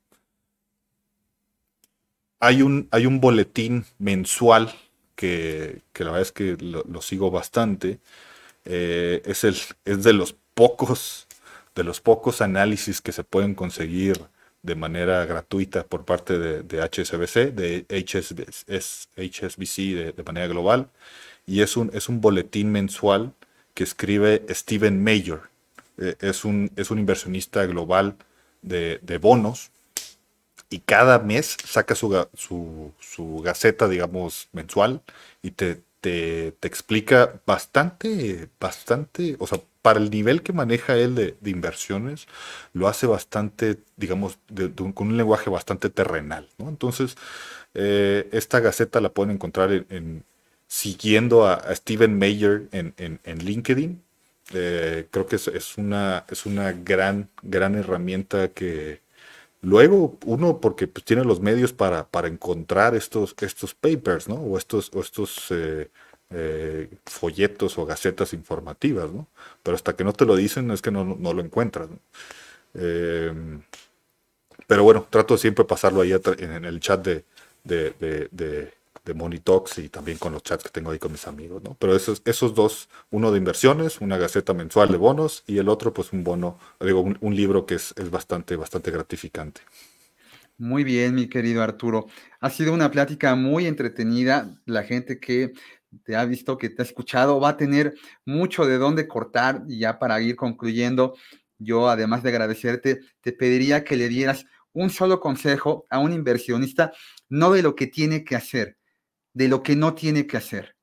hay un, hay un boletín mensual que, que la verdad es que lo, lo sigo bastante. Eh, es, el, es de los pocos, de los pocos análisis que se pueden conseguir de manera gratuita por parte de, de H S B C, de H S B C, es H S B C de, de manera global. Y es un, es un boletín mensual que escribe Steven Mayer. Eh, es un, es un inversionista global de, de bonos y cada mes saca su, ga- su, su gaceta, digamos, mensual y te, te, te explica bastante, bastante, o sea, para el nivel que maneja él de, de inversiones, lo hace bastante, digamos, de- de un- con un lenguaje bastante terrenal, ¿no? Entonces, eh, esta gaceta la pueden encontrar en, en- siguiendo a, a Steven Mayer en, en, en LinkedIn. Eh, creo que es, es una, es una gran, gran herramienta que luego uno, porque pues, tiene los medios para, para encontrar estos, estos papers, ¿no? O estos, o estos eh, eh, folletos o gacetas informativas, ¿no? Pero hasta que no te lo dicen es que no, no lo encuentras, ¿no? Eh, pero bueno, trato de siempre pasarlo ahí atra- en, en el chat de, de, de, de, de Money Talks y también con los chats que tengo ahí con mis amigos, ¿no? Pero esos, esos dos, uno de inversiones, una gaceta mensual de bonos y el otro pues un bono, digo, un, un libro que es, es bastante, bastante gratificante. Muy bien, mi querido Arturo. Ha sido una plática muy entretenida. La gente que te ha visto, que te ha escuchado, va a tener mucho de dónde cortar. Y ya para ir concluyendo, yo, además de agradecerte, te pediría que le dieras un solo consejo a un inversionista, no de lo que tiene que hacer, de lo que no tiene que hacer.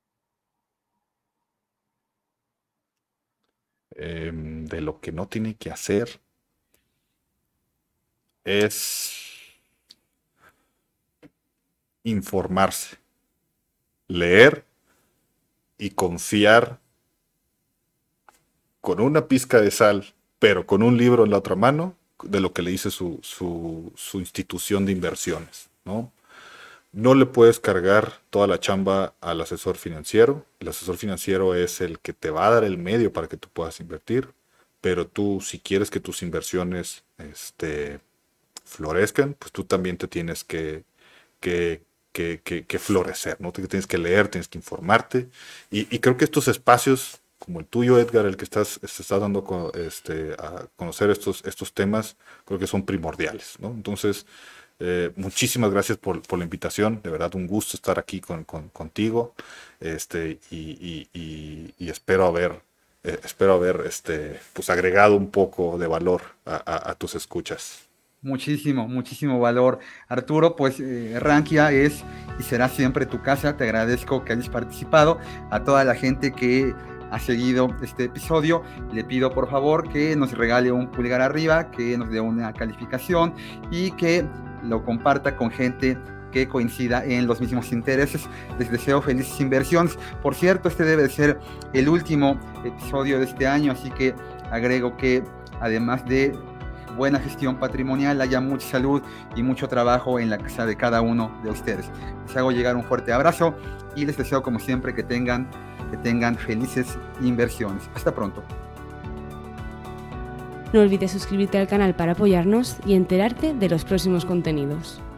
Em, de lo que no tiene que hacer es informarse, leer y confiar con una pizca de sal, pero con un libro en la otra mano de lo que le dice su, su, su institución de inversiones, ¿no? No le puedes cargar toda la chamba al asesor financiero. El asesor financiero es el que te va a dar el medio para que tú puedas invertir, pero tú, si quieres que tus inversiones este, florezcan, pues tú también te tienes que, que, que, que, que florecer, ¿no? Te tienes que leer, tienes que informarte. Y, y creo que estos espacios, como el tuyo, Edgar, el que estás, estás dando este, a conocer estos, estos temas, creo que son primordiales, ¿no? Entonces, Eh, muchísimas gracias por, por la invitación, de verdad un gusto estar aquí con, con, contigo, este, y, y, y, y espero haber, eh, espero haber este, pues agregado un poco de valor a, a, a tus escuchas. Muchísimo, muchísimo valor. Arturo, pues eh, Rankia es y será siempre tu casa. Te agradezco que hayas participado. A toda la gente que ha seguido este episodio, le pido por favor que nos regale un pulgar arriba, que nos dé una calificación y que lo comparta con gente que coincida en los mismos intereses. Les deseo felices inversiones. Por cierto, este debe de ser el último episodio de este año, así que agrego que además de buena gestión patrimonial, haya mucha salud y mucho trabajo en la casa de cada uno de ustedes. Les hago llegar un fuerte abrazo y les deseo como siempre que tengan, que tengan felices inversiones. Hasta pronto. No olvides suscribirte al canal para apoyarnos y enterarte de los próximos contenidos.